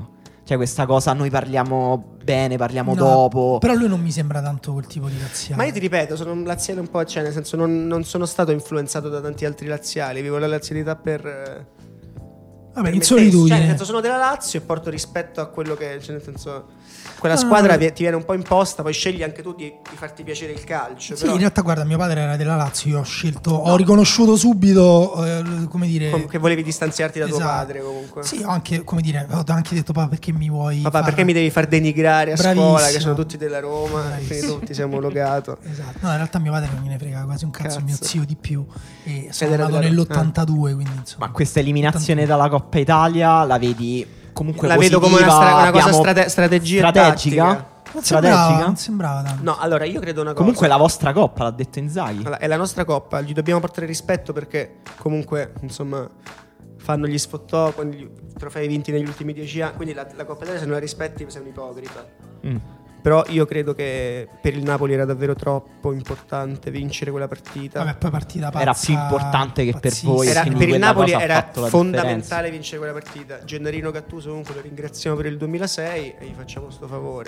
Cioè questa cosa, noi parliamo bene, parliamo No, dopo. Però lui non mi sembra tanto quel tipo di laziale. Ma io ti ripeto, sono un laziale un po', cioè nel senso non, non sono stato influenzato da tanti altri laziali, vivo la lazialità per... eh, Vabbè, per in me solitudine. stesso. Cioè nel senso sono della Lazio e porto rispetto a quello che, cioè nel senso quella No, squadra no, no. vi- ti viene un po' imposta, poi scegli anche tu di, di farti piacere il calcio. Sì, però in realtà guarda, mio padre era della Lazio, io ho scelto, ho riconosciuto subito, eh, come dire... com- che volevi distanziarti da tuo Esatto. padre comunque. Sì, ho anche, come dire, ho anche detto, papà, perché mi vuoi Papà, far-" perché mi devi far denigrare a Bravissimo. scuola che sono tutti della Roma, Bravissimo. quindi tutti siamo omologato. Esatto. No, in realtà mio padre non gliene frega quasi un cazzo, Cazzo. mio zio di più. E sono era nato della- nell'ottantadue, quindi insomma. Ma questa eliminazione dalla Coppa Italia la vedi comunque La vedo come una, positiva, stra- una cosa abbiamo- strate- strategia e strategica? tattica. Non sembrava, Strategica? non sembrava tanto. No, allora io credo una cosa. Comunque la vostra Coppa, l'ha detto Inzaghi. Allora, è la nostra coppa, gli dobbiamo portare rispetto perché comunque, insomma, fanno gli sfottò con gli trofei vinti negli ultimi dieci anni, quindi la, la Coppa Italia se non la rispetti sei un ipocrita. Mm. Però io credo che per il Napoli era davvero troppo importante vincere quella partita. Vabbè, poi partita pazza, Era più importante che per pazzissima. voi, Era- quindi per il quella Napoli cosa ha era fatto la fondamentale vincere quella partita. Gennarino Gattuso comunque lo ringraziamo per il duemilasei e gli facciamo sto favore.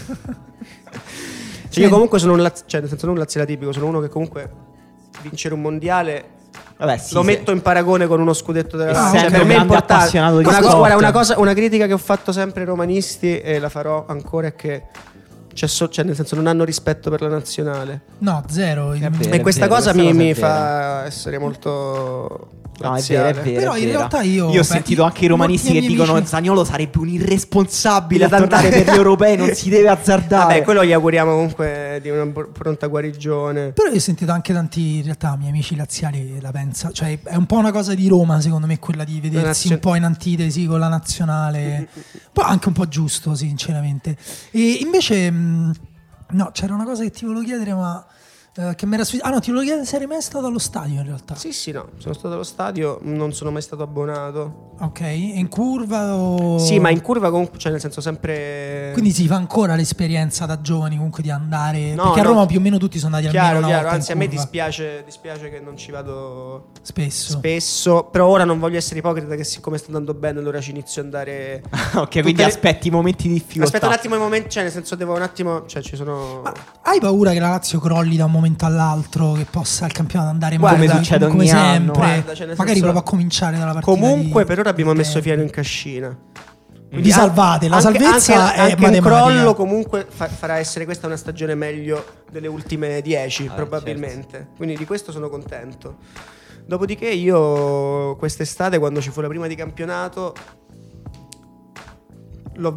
Cioè, io comunque sono un laz- cioè nel senso non un laziale tipico, sono uno che comunque vincere un mondiale Vabbè, sì, lo sì. metto in paragone con uno scudetto della Essendo Lazio. Cioè, per un me è grande importante. appassionato di Una, cosa, sport. guarda, una, cosa, una critica che ho fatto sempre ai romanisti e la farò ancora è che c'è so- cioè, nel senso non hanno rispetto per la nazionale. No, zero. È vero. E questa vero, cosa questa mi, cosa è mi vera. fa essere molto No, è vero, è laziale. vero. Però è in vera. realtà io- ho beh, sentito io- anche i romanisti molti che miei dicono amici- Zaniolo sarebbe un irresponsabile a Ad andare- tornare per gli europei, non si deve azzardare. Vabbè, quello gli auguriamo comunque di una pr- pronta guarigione. Però io ho sentito anche tanti, in realtà, miei amici laziali la pensano. Cioè, è un po' una cosa di Roma, secondo me, quella di vedersi nazio- un po' in antitesi con la nazionale. Poi anche un po' giusto, sinceramente. E invece, mh, no, c'era una cosa che ti volevo chiedere, ma eh, che mi era sfuggita. Ah, no, ti volevo chiedere se eri mai stato allo stadio, in realtà. Sì, sì, no, sono stato allo stadio, non sono mai stato abbonato. Ok, e in curva o... Sì, ma in curva comunque, cioè nel senso sempre... Quindi si fa ancora l'esperienza da giovani comunque di andare... No, perché a no. Roma più o meno tutti sono andati Chiaro, almeno una chiaro, volta anzi a in me curva. dispiace, dispiace che non ci vado Spesso. spesso, però ora non voglio essere ipocrita che siccome sta andando bene allora ci inizio ad andare... Ok, quindi Tutte le- aspetti i momenti di difficoltà. Aspetta un attimo i momenti, cioè nel senso devo un attimo, cioè ci sono... Ma hai paura che la Lazio crolli da un momento all'altro, che possa il campionato andare Guarda, male come succede come ogni anno. sempre? Guarda, cioè, nel Magari senso- proprio a cominciare dalla partita. Comunque di- per ora abbiamo di messo derby. Fiero in cascina. Vi salvate, la anche- salvezza anche, è anche un matematica. crollo comunque fa- farà essere questa una stagione meglio delle ultime dieci Ah, probabilmente. Quindi di questo sono contento. Dopodiché io quest'estate quando ci fu la prima di campionato l'ho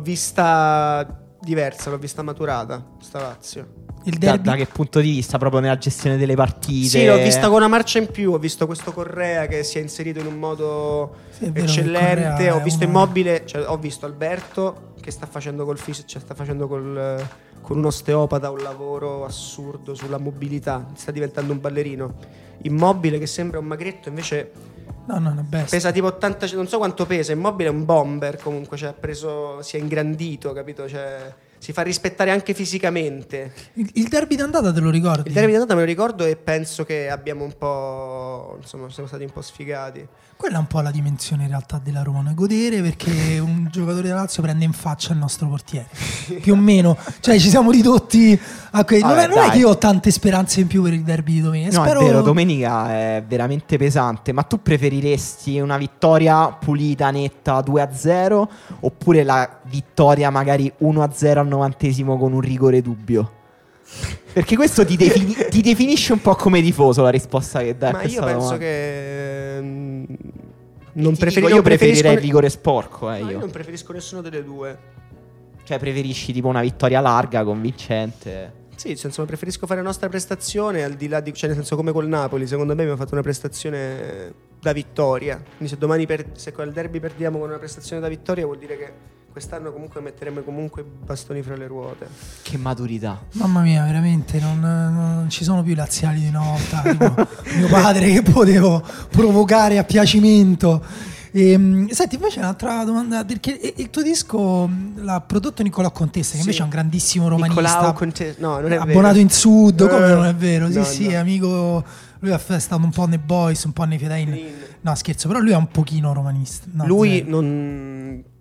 vista diversa, l'ho vista maturata sta Lazio. Il Da, derby da che punto di vista? Proprio nella gestione delle partite? Sì, l'ho vista con una marcia in più, ho visto questo Correa che si è inserito in un modo Sì, è vero che eccellente, Correa ho è visto uno- Immobile, cioè ho visto Alberto che sta facendo col fis- cioè sta facendo col, con un osteopata un lavoro assurdo sulla mobilità, sta diventando un ballerino. Immobile che sembra un magretto, invece No, no, è una bestia. pesa tipo ottanta, non so quanto pesa, Immobile è un bomber comunque, cioè ha preso, si è ingrandito, capito? Cioè si fa rispettare anche fisicamente. Il, il derby d'andata te lo ricordi? Il derby di andata me lo ricordo e penso che abbiamo un po', insomma, siamo stati un po' sfigati. Quella è un po' la dimensione in realtà della Roma, no? Godere perché un giocatore della Lazio prende in faccia il nostro portiere, più o meno, cioè ci siamo ridotti a quei... non, Vabbè, è, non è dai. che io ho tante speranze in più per il derby di domenica. No, Spero... è vero, domenica è veramente pesante. Ma tu preferiresti una vittoria pulita, netta due a zero oppure la vittoria magari uno a zero al novantesimo con un rigore dubbio? Perché questo ti, defini- ti definisce un po' come tifoso la risposta che dai a Ma questa io penso domanda. che mm, Ti non dico, preferi- io non preferirei preferisco il rigore sporco, eh, no, io. io non preferisco nessuno delle due. Cioè preferisci tipo una vittoria larga, convincente. Sì, senso, preferisco fare la nostra prestazione al di là di, cioè nel senso come col Napoli, secondo me abbiamo fatto una prestazione da vittoria. Quindi se domani per, se al derby perdiamo con una prestazione da vittoria vuol dire che quest'anno comunque metteremo comunque i bastoni fra le ruote. Che maturità. Mamma mia, veramente, non, non ci sono più i laziali di una volta. Tipo, mio padre che potevo provocare a piacimento. E, senti, invece un'altra domanda, perché il tuo disco l'ha prodotto Nicolò Contessa, che Sì. invece è un grandissimo romanista. Nicolao Conte- no, non è abbonato vero. in sud, come Eh, non è vero? Sì, no, sì, no. è amico. Lui è stato un po' nei Boys, un po' nei Fedain. No, scherzo, però lui è un pochino romanista. No, Lui zero. non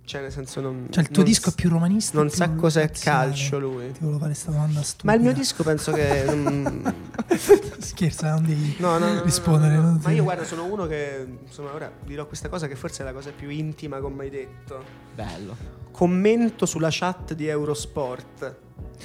Cioè, nel senso, non. Cioè, il tuo non disco s- è più romanista? Non più sa cos'è nazionale? calcio lui. Ti volevo fare questa domanda stupida. Ma il mio disco penso che. mm, Scherza, non devi No, no, no, rispondere. no, no, no. non Ma ti- io guarda, sono uno che insomma ora dirò questa cosa che forse è la cosa più intima che ho mai detto. Bello. Commento sulla chat di Eurosport.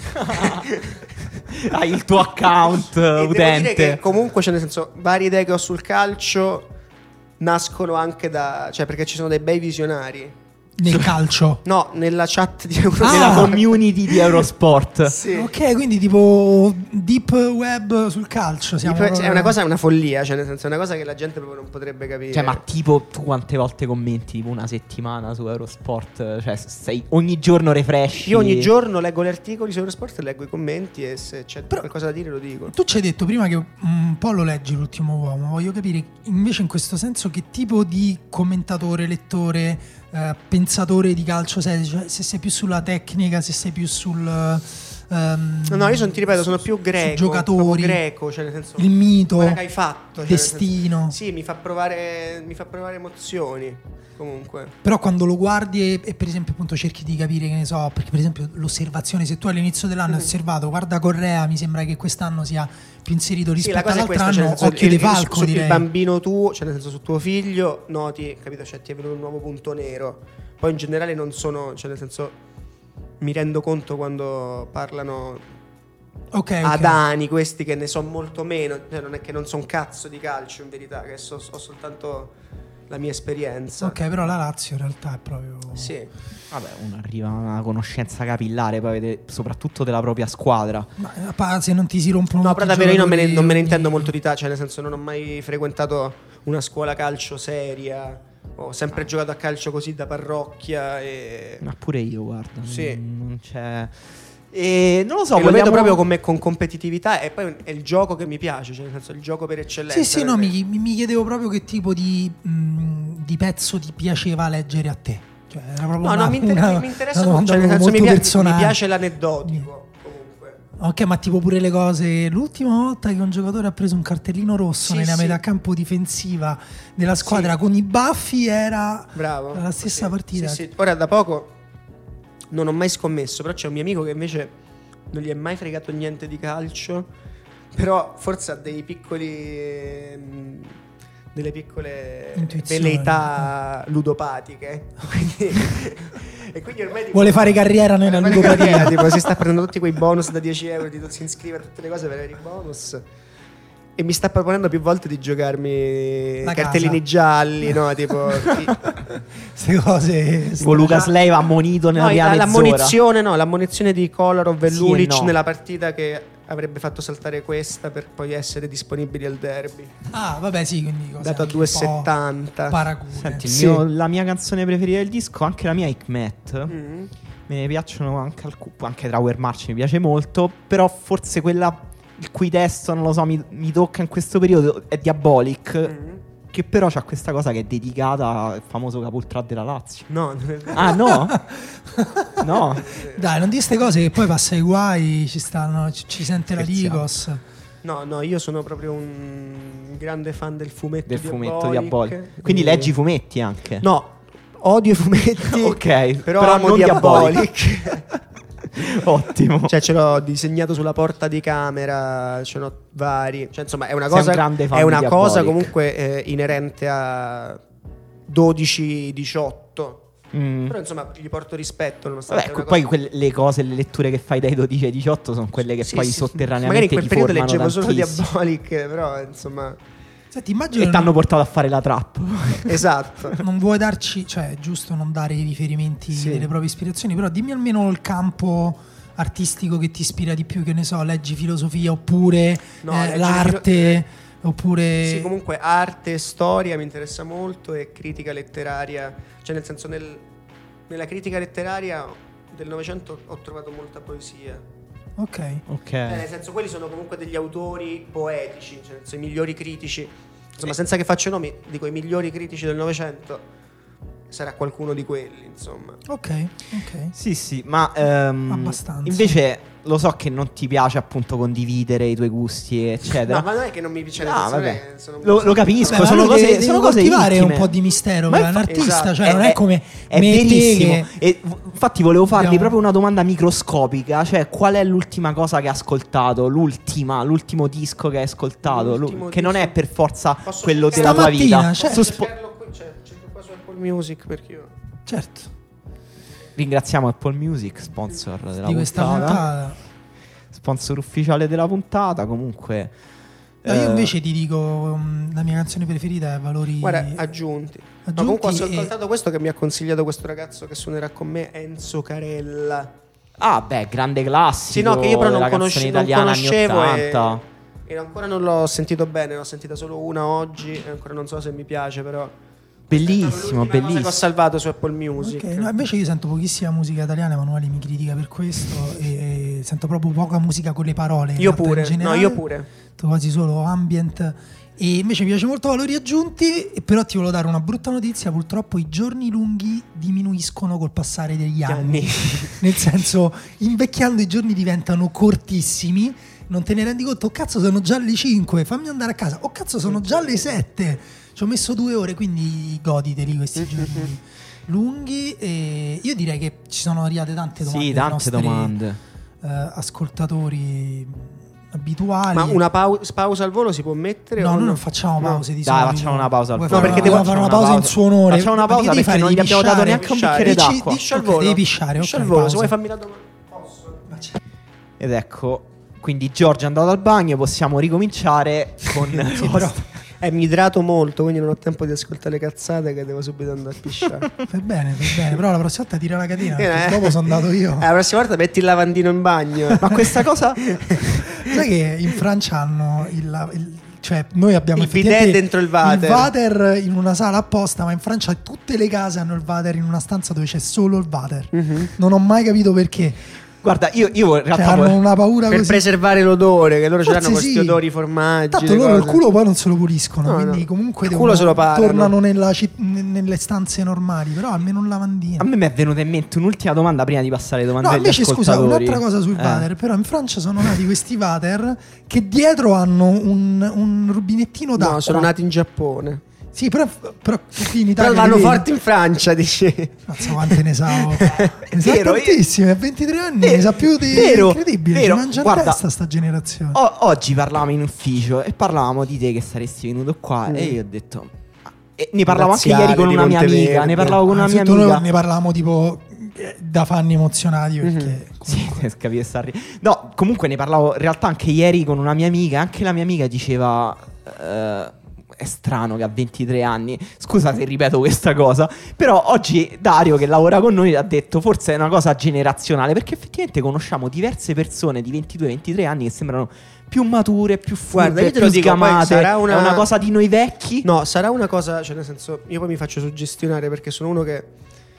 Hai il tuo account E devo utente. dire che comunque, cioè, nel senso, varie idee che ho sul calcio nascono anche da, cioè, perché ci sono dei bei visionari. Nel calcio. No, nella chat di Eurosport. Nella Ah! community di Eurosport. Sì. Ok, quindi tipo deep web sul calcio. Siamo Tipo, proprio- è una cosa, è una follia, cioè nel senso è una cosa che la gente proprio non potrebbe capire. Cioè, ma tipo, tu quante volte commenti? Tipo una settimana su Eurosport? Cioè, sei ogni giorno refresh. Io ogni giorno leggo gli articoli su Eurosport, leggo i commenti e se c'è Però- qualcosa da dire lo dico. Tu ci hai detto prima che un po' lo leggi L'ultimo uomo. Voglio capire invece in questo senso che tipo di commentatore, lettore, eh, pensatore di calcio sei, cioè se sei più sulla tecnica, se sei più sul ehm, No, no, io sono, ti ripeto, sono più su greco. giocatori, proprio greco, cioè nel senso. il mito, Guarda che hai fatto. Cioè, nel senso- destino. sì, mi fa provare. Mi fa provare emozioni. Comunque. Però quando lo guardi e, e per esempio appunto cerchi di capire, che ne so, perché per esempio l'osservazione, se tu all'inizio dell'anno hai Mm. osservato, guarda Correa, mi sembra che quest'anno sia più inserito Sì, la rispetto cosa è all'altro questa, cioè, anno, nel senso, occhio il, di il- falco su- il direi. bambino tuo, cioè nel senso su tuo figlio, noti, capito, cioè ti è venuto un nuovo punto nero. Poi in generale non sono, cioè nel senso mi rendo conto quando parlano Ok, ad ok. anni questi che ne so molto meno, cioè non è che non so un cazzo di calcio in verità, che so, ho soltanto la mia esperienza. Ok, però la Lazio in realtà è proprio Sì. Vabbè, uno arriva a una conoscenza capillare, poi vede soprattutto della propria squadra. Ma a parte se non ti si rompono No, tutti però i davvero io non me ne, giocatori non me ne ogni- intendo molto di ta, cioè nel senso non ho mai frequentato una scuola calcio seria, ho sempre giocato a calcio così da parrocchia e, Ma pure io, guarda. Sì. Non, non c'è. E non lo so, e lo vedo vogliamo- proprio come, con competitività e poi è il gioco che mi piace, cioè nel senso il gioco per eccellenza. Sì, sì, per no, me. mi, mi- mi chiedevo proprio che tipo di, mh, di pezzo ti piaceva leggere a te. Cioè, era proprio No, una, no, mi, inter- una- mi interessa una molto, domanda cioè nel senso mi, molto pia- mi personale. piace l'aneddotico comunque. Ok, ma tipo pure le cose. L'ultima volta che un giocatore ha preso un cartellino rosso Sì, nella sì. metà campo difensiva della squadra Sì. con i baffi era Bravo. la stessa Sì, partita. sì, sì. Ora da poco non ho mai scommesso, però c'è un mio amico che invece non gli è mai fregato niente di calcio, però forse ha dei piccoli ehm, delle piccole Intuizioni. velleità ludopatiche. Quindi, e quindi ormai tipo, Vuole fare carriera nella vuole fare ludopatia. carriera, tipo si sta prendendo tutti quei bonus da dieci euro, di, si iscrive a tutte le cose per avere i bonus. E mi sta proponendo più volte di giocarmi La cartellini gialli, no? Tipo Queste cose. Tipo Lucas Leiva ammonito nella no, prima la- mezz'ora. l'ammonizione no, l'ammonizione di Kolarov e Sì e Lulic no. nella partita che avrebbe fatto saltare questa per poi essere disponibili al derby. Ah, vabbè, sì, quindi cose Dato a anche un due po' e settanta. Paracure. Senti, il Sì. mio- la mia canzone preferita del disco, anche la mia Hikmet. Mm. Me ne piacciono anche alcune, anche Tower March mi piace molto, però forse quella il cui testo, non lo so, mi, mi tocca in questo periodo è Diabolic, Mm. che però c'ha questa cosa che è dedicata al famoso Capultrat della Lazio. No, non è vero. Ah no? No? Dai, non di queste cose che poi passa i guai, ci stanno, ci, ci sente la Scherziamo. Ligos. No, no, io sono proprio un grande fan del fumetto Del fumetto Diabolic. Diabolic. Quindi E- leggi i fumetti anche? No, odio i fumetti. Ok, però, però amo non Diabolic. Ottimo. Cioè ce l'ho disegnato sulla porta di camera, ce n'ho vari. Cioè insomma è una Sei un cosa, grande fan è una di cosa Diabolic. comunque eh, inerente a dodici diciotto. Mm. Però insomma gli porto rispetto nonostante Vabbè, è una poi cosa- quelle, le cose, le letture che fai dai dodici ai diciotto sono quelle che Sì, poi sì, sotterraneamente magari in quel ti periodo formano leggevo solo tantissimo. Diabolic, però insomma Senti, immagino E che ti hanno non, portato a fare la trap. esatto. non vuoi darci, cioè è giusto non dare i riferimenti Sì. delle proprie ispirazioni, però dimmi almeno il campo artistico che ti ispira di più, che ne so, leggi filosofia oppure No, eh, leggere l'arte, oppure... Sì, comunque arte e storia mi interessa molto e critica letteraria, cioè nel senso nel- nella critica letteraria del Novecento ho trovato molta poesia. Ok. Ok. Eh, nel senso quelli sono comunque degli autori poetici, cioè nel senso, i migliori critici. Insomma, senza che faccio nomi, dico i migliori critici del Novecento sarà qualcuno di quelli, insomma. Ok, ok. Sì, sì, ma ehm, Abbastanza. invece lo so che non ti piace appunto condividere i tuoi gusti, eccetera. No, ma non è che non mi piace, No, no, vabbè. sono... Lo, lo capisco, Vabbè, sono ma cose, deve, sono deve cose coltivare intime. un po' di mistero Ma per un infa- artista, esatto. cioè non è come è me e te verissimo. che- E v- infatti volevo fargli Abbiamo- proprio una domanda microscopica, cioè qual è l'ultima cosa che hai ascoltato, l'ultima, l'ultimo disco che hai ascoltato, L'ultimo lu- che non è disco- per forza Posso quello cercare- della tua Stamattina, vita. cioè- Su Posso Spo- cercarlo qui? Cioè, cerco qua su Apple Music perché io... certo, Ringraziamo Apple Music, sponsor della di questa puntata. puntata. Sponsor ufficiale della puntata, comunque. No, io eh, invece ti dico, um, la mia canzone preferita è Valori Guarda, aggiunti. Ma Aggiunti comunque ho e- ascoltato questo che mi ha consigliato questo ragazzo che suonerà con me, Enzo Carella. Ah, beh, grande classico. Sì, no, che io però non, della conosce- canzone non italiana conoscevo anni e, ottanta. e ancora non l'ho sentito bene, l'ho sentita solo una oggi e ancora non so se mi piace, però... Bellissimo, È stata l'ultima cosa bellissimo. che ho salvato su Apple Music. Ok, no, invece io sento pochissima musica italiana, Emanuele mi critica per questo e, e sento proprio poca musica con le parole. in Io realtà, pure, in generale. no, io pure. Quasi solo ambient. E invece mi piace molto Valori Aggiunti, e però ti volevo dare una brutta notizia, purtroppo i giorni lunghi diminuiscono col passare degli anni. anni. Nel senso, invecchiando i giorni diventano cortissimi, non te ne rendi conto, oh cazzo sono già le cinque, fammi andare a casa, oh cazzo sono già le sette, ci ho messo due ore, quindi goditeli questi giorni lunghi. E io direi che ci sono arrivate tante domande Sì, dai tante nostri, domande. eh, ascoltatori abituali. Ma una pau- pausa al volo si può mettere? No, o noi no? non facciamo No. pause di Dai, solito. facciamo una pausa al Vuoi volo. fare No, perché una- devo- fare una facciamo pausa una in suo onore. Facciamo una Ma pausa che devi perché fare? non Devi gli abbiamo dato pisciare? neanche un Pisciare. bicchiere Dici- d'acqua. dici- Piscio al ok, volo. devi pisciare, Piscio ok, al volo, pausa. se vuoi fammi la domanda. Posso? Ed ecco, quindi Giorgio è andato al bagno, possiamo ricominciare con... Sì, però Eh, mi idrato molto, quindi non ho tempo di ascoltare le cazzate che devo subito andare a pisciare. fai bene, fai bene. Però la prossima volta tira la catena, perché Eh. dopo sono andato io. Eh, la prossima volta metti il lavandino in bagno. Ma questa cosa... Sai che in Francia hanno il, il- cioè noi abbiamo Il effettivamente bidet dentro il water. il water in una sala apposta, ma in Francia tutte le case hanno il water in una stanza dove c'è solo il water. Mhm. Non ho mai capito perché. Guarda, io, io in Cioè, realtà... hanno poi- una paura Per così. preservare l'odore, che loro ce Forse l'hanno questi sì. odori, formaggi. Tanto le loro il cose. culo poi non se lo puliscono, No, quindi no. comunque Il devono- culo se lo parano. tornano nella citt- n- nelle stanze normali, però almeno un lavandino. A me mi è venuta in mente un'ultima domanda prima di passare alle domande No, degli invece scusa, ascoltatori. un'altra cosa sul Eh. water, però in Francia sono nati questi water che dietro hanno un, un rubinettino d'acqua. No, sono nati in Giappone. Sì, però, però qui in Però Italia vanno li vedi. forti in Francia, dici. Mazza quante ne sa. Ne sa Vero, io- tantissime, a ventitré anni Vero, ne sa più di vero, incredibile, vero. ci mangia in Guarda, testa sta generazione. O- oggi parlavamo in ufficio e parlavamo di te che saresti venuto qua Mm. e io ho detto... E ne parlavo anche Razziale ieri con di una mia Monteverde. amica, ne parlavo con una mia Innanzitutto amica. noi ne parlavamo tipo eh, da fan emozionati perché Sì, capire sta ri- No, comunque ne parlavo in realtà anche ieri con una mia amica. Anche la mia amica diceva: eh, è strano che a ventitré anni. Scusa se ripeto questa cosa. Però oggi Dario, che lavora con noi, ha detto: forse è una cosa generazionale. Perché effettivamente conosciamo diverse persone di ventidue ventitré anni che sembrano più mature, più Guarda, furbe, io te più lo dico, poi sgamate. sarà una- È una cosa di noi vecchi. No, sarà una cosa, cioè nel senso, io poi mi faccio suggestionare perché sono uno che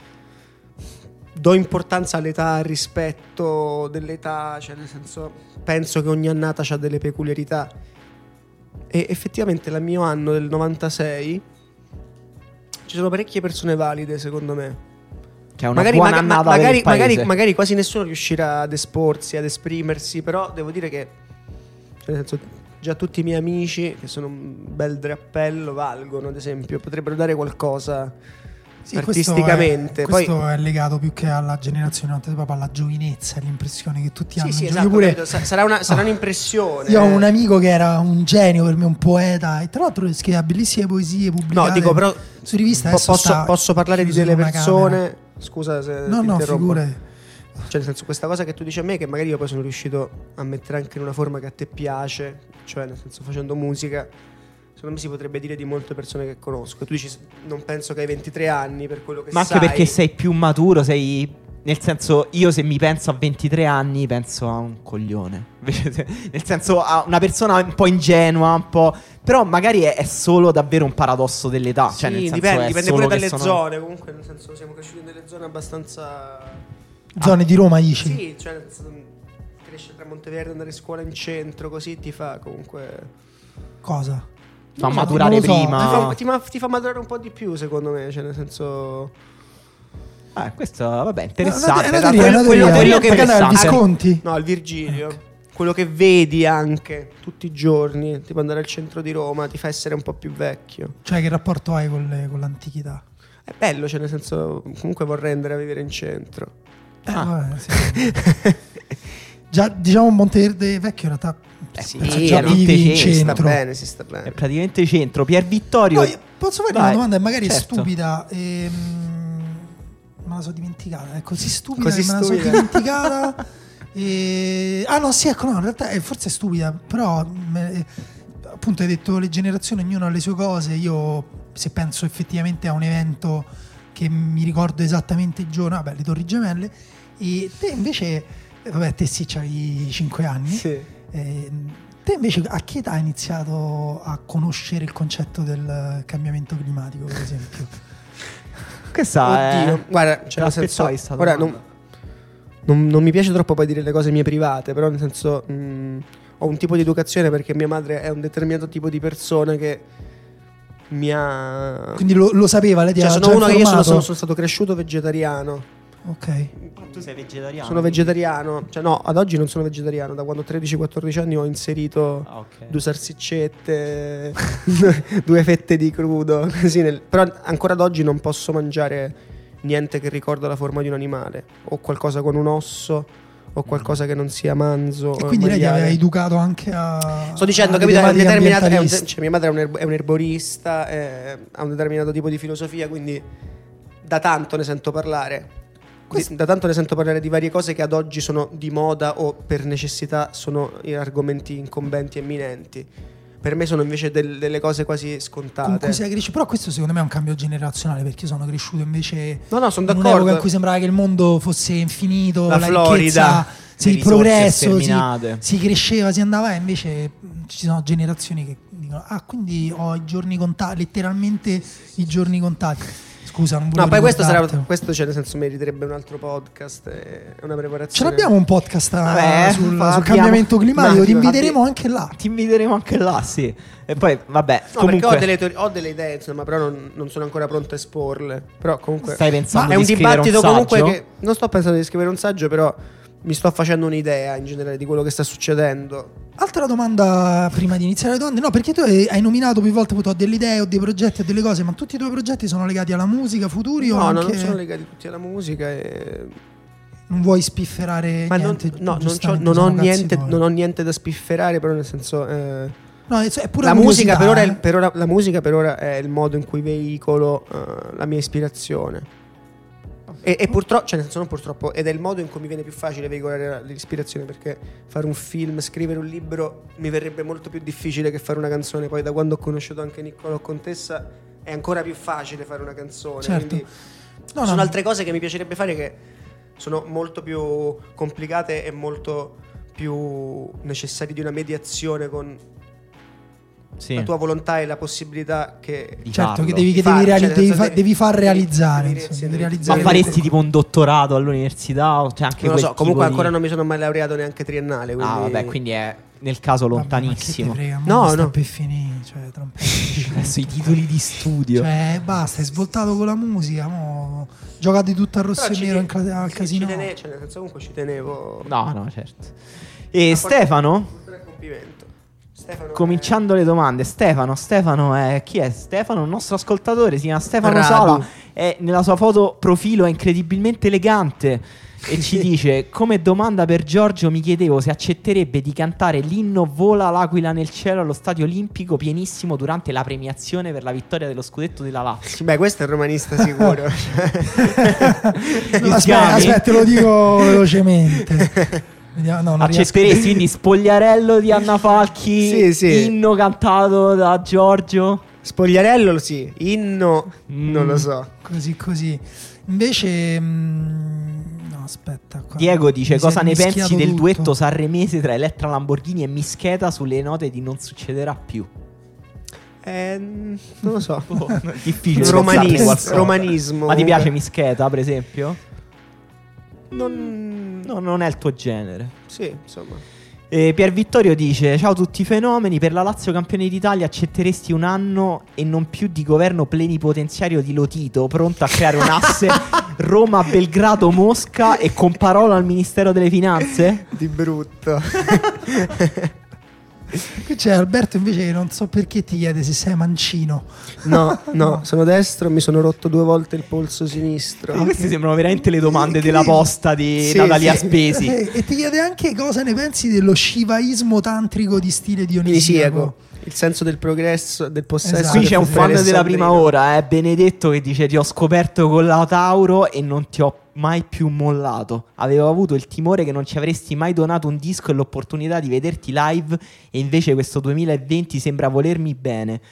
do importanza all'età, al rispetto dell'età, cioè nel senso, penso che ogni annata ha delle peculiarità. E effettivamente il mio anno del novantasei ci sono parecchie persone valide, secondo me. Che è una Magari, buona maga- ma- annata magari, per il paese. magari, magari quasi nessuno riuscirà ad esporsi, ad esprimersi, però devo dire che, cioè nel senso, già tutti i miei amici, che sono un bel drappello, valgono, ad esempio, potrebbero dare qualcosa Sì, artisticamente. Questo, è, questo Poi, è legato più che alla generazione, proprio alla giovinezza, l'impressione che tutti sì, hanno. sì, Io esatto, pure- capito? Sa- sarà, una, sarà Ah. un'impressione. Io ho eh. un amico che era un genio per me, un poeta, e tra l'altro scriveva bellissime poesie pubblicate No, dico, però su rivista. po- Adesso posso, sta posso parlare di chiuso delle in una persone. camera. Scusa se No, ti no, interrompo. figurati. Cioè, nel senso, questa cosa che tu dici a me, che magari io poi sono riuscito a mettere anche in una forma che a te piace, cioè, nel senso, facendo musica, secondo me si potrebbe dire di molte persone che conosco. E tu dici, non penso che hai ventitré anni, per quello che Ma anche sai. perché sei più maturo, sei... Nel senso, io se mi penso a ventitré anni penso a un coglione. Invece se- Nel senso, a una persona un po' ingenua, un po'... Però magari è, è solo davvero un paradosso dell'età. Sì, Cioè, nel senso, dipende, è dipende solo pure che dalle sono- zone. Comunque, nel senso, siamo cresciuti in delle zone abbastanza... Zone di Roma, dici? Sì, cioè, nel senso, crescere tra Monteverde, andare a scuola in centro, così ti fa comunque... Cosa? Fa Non lo so, maturare non lo so. prima. Ti fa, ti, ma- ti fa maturare un po' di più, secondo me, cioè, nel senso... Ah, questo vabbè, interessante. È una Da teoria, quello- è una quello- teoria. quello che Perché andare al interessante. Visconti? No, al Virgilio. Quello che vedi anche tutti i giorni, tipo andare al centro di Roma, ti fa essere un po' più vecchio. Cioè, che rapporto hai con, le- con l'antichità? È bello, cioè nel senso, comunque vorrei andare a vivere in centro. Eh, Ah. vabbè, sì. Già, diciamo, Monteverde vecchio in realtà Eh sì, penso è già veramente vivi in centro. Si sta centro. bene, si sta È bene. praticamente centro. Pier Vittorio. No, io posso fare Vai, una domanda che magari certo. è stupida? Ehm, me la so dimenticata. È così stupida Così che me la so stupida. dimenticata. E... Ah no, sì, ecco, no, in realtà è forse è stupida, però me- appunto hai detto le generazioni, ognuno ha le sue cose. Io se penso effettivamente a un evento che mi ricordo esattamente il giorno, vabbè, le Torri Gemelle, e te invece, eh, vabbè, te sì, c'avevi cinque anni. Sì. Eh, te invece a che età hai iniziato a conoscere il concetto del cambiamento climatico, per esempio? Questa è... Oddio, guarda, cioè Te nel l'aspettavi senso, sta ora domanda? non, non, non mi piace troppo poi dire le cose mie private, però nel senso mh, ho un tipo di educazione perché mia madre è un determinato tipo di persona che mi ha... Quindi lo, lo sapeva, lei ti Cioè ha sono già uno che io sono, informato? sono- sono stato cresciuto vegetariano. Ok. Tu sei vegetariano? Sono vegetariano, cioè no, ad oggi non sono vegetariano, da quando ho tredici quattordici anni ho inserito Ah, ok. due salsiccette, due fette di crudo, così nel- però ancora ad oggi non posso mangiare niente che ricorda la forma di un animale, o qualcosa con un osso, o qualcosa che non sia manzo. E o quindi lei ti maiale. aveva educato anche a... Sto dicendo, a capito, è un tematiche determinato, è un- ambientaliste. cioè, mia madre è un, erbo- è un erborista, eh, ha un determinato tipo di filosofia, quindi da tanto ne sento parlare. Di- da tanto ne sento parlare di varie cose che ad oggi sono di moda o per necessità sono i argomenti incombenti e imminenti. Per me sono invece del- delle cose quasi scontate. Con cui sei cresciuto. Però questo secondo me è un cambio generazionale, perché io sono cresciuto invece No, no, sono in un'epoca d'accordo. in cui sembrava che il mondo fosse infinito, La la, Florida, ricchezza, sì, le il risorse progresso, si, sterminate. si cresceva, si andava, e invece mh, ci sono generazioni che dicono ah, quindi ho i giorni contati, letteralmente i giorni contati. Scusa, non volevo No, poi questo sarà ricordartelo. questo, cioè, nel senso, meriterebbe un altro podcast, è una Ce preparazione. l'abbiamo un podcast eh, Vabbè, sul, sul abbiamo- cambiamento climatico, ti Ma- inviteremo anche là. Ti inviteremo anche là, sì. E poi, vabbè, No, comunque perché ho delle, teori- ho delle idee, insomma, però non, non sono ancora pronto a esporle. Però comunque stai pensando Ma è di un scrivere un dibattito comunque saggio? che non sto pensando di scrivere un saggio, però mi sto facendo un'idea in generale di quello che sta succedendo. Altra domanda prima di iniziare le domande. No, perché tu hai hai nominato più volte, appunto, ho delle idee, ho dei progetti, ho delle cose, ma tutti i tuoi progetti sono legati alla musica, futuri o No, no, anche... non sono legati tutti alla musica e... Non vuoi spifferare Ma non, niente? no, non, c'ho- giustamente, non ho sono cazzi niente, tuoi. non ho niente da spifferare, però nel senso... eh, No, è è pure la, musica curiosità, per ora è eh. il- per ora- la musica per ora è il modo in cui veicolo eh, la mia ispirazione. E, e purtroppo, cioè nel senso non purtroppo, ed è il modo in cui mi viene più facile veicolare l'ispirazione, perché fare un film, scrivere un libro mi verrebbe molto più difficile che fare una canzone. Poi da quando ho conosciuto anche Niccolò Contessa è ancora più facile fare una canzone. Certo. Quindi No, no, sono no. altre cose che mi piacerebbe fare che sono molto più complicate e molto più necessarie di una mediazione con Sì. la tua volontà e la possibilità che Di Certo, farlo. che devi, che Di devi, farlo, reali- cioè, nel devi, senso fa- devi- devi far devi- realizzare, devi- insomma, sì, devi devi- Ma realizzare. devi- faresti tipo un dottorato all'università? O c'è anche non lo quel so, comunque tipo ancora di... non mi sono mai laureato neanche triennale, quindi... Ah, vabbè, quindi è nel caso Vabbè, lontanissimo. ma che te frega, No, mo sta no. per finire, cioè, tra un po' finisce. Adesso i titoli di studio. Cioè, basta, è svoltato con la musica, mo gioca di tutto a rosso Però e ci nero te- in cla- al sì, casino. Ci tene- cioè, nel senso comunque ci tenevo... No, no, certo. E Ma Stefano? forse- un complimento. Stefano Cominciando le domande, Stefano, Stefano è chi è? Stefano, un nostro ascoltatore, si chiama Stefano Radu. Sala, è, nella sua foto profilo è incredibilmente elegante e ci dice: come domanda per Giorgio mi chiedevo se accetterebbe di cantare l'inno Vola l'aquila nel cielo allo Stadio Olimpico pienissimo durante la premiazione per la vittoria dello scudetto della Lazio. è... Beh, questo è il romanista sicuro. No, aspetta, Sgami? aspetta, te lo dico velocemente. Vediamo, no, non riesco- Accetteresti quindi Spogliarello di Anna Falchi, Sì, sì. inno cantato da Giorgio? Spogliarello sì, inno Mm. non lo so. Così così. Invece mm, no, aspetta qua. Diego dice: Mi si è cosa ne pensi mischiato del tutto. duetto sanremese tra Elettra Lamborghini e Mischeta sulle note di Non succederà più? Eh, non lo so. Difficile Romanis- pensarne qualcosa. romanismo. Ma ti comunque. piace Mischeta, per esempio? Non... No, non è il tuo genere. Sì, insomma. E Pier Vittorio dice: ciao tutti i fenomeni, per la Lazio campione d'Italia accetteresti un anno e non più di governo plenipotenziario di Lotito, pronto a creare un asse Roma, Belgrado, Mosca e con parola al Ministero delle Finanze? Di brutto. Qui c'è Alberto invece che non so perché ti chiede se sei mancino. No, no, sono destro, mi sono rotto due volte il polso sinistro. Ma queste sembrano veramente le domande Che- della posta di Sì, Natalia sì. Spesi. E, e ti chiede anche cosa ne pensi dello shivaismo tantrico di stile dionisiaco. Dionisiaco. Il senso del progresso, del possesso. Esatto. Qui del c'è un fan progresso della prima andrino. ora, eh, Benedetto, che dice: ti ho scoperto con la Tauro e non ti ho mai più mollato. Avevo avuto il timore che non ci avresti mai donato un disco e l'opportunità di vederti live, e invece questo duemilaventi sembra volermi bene.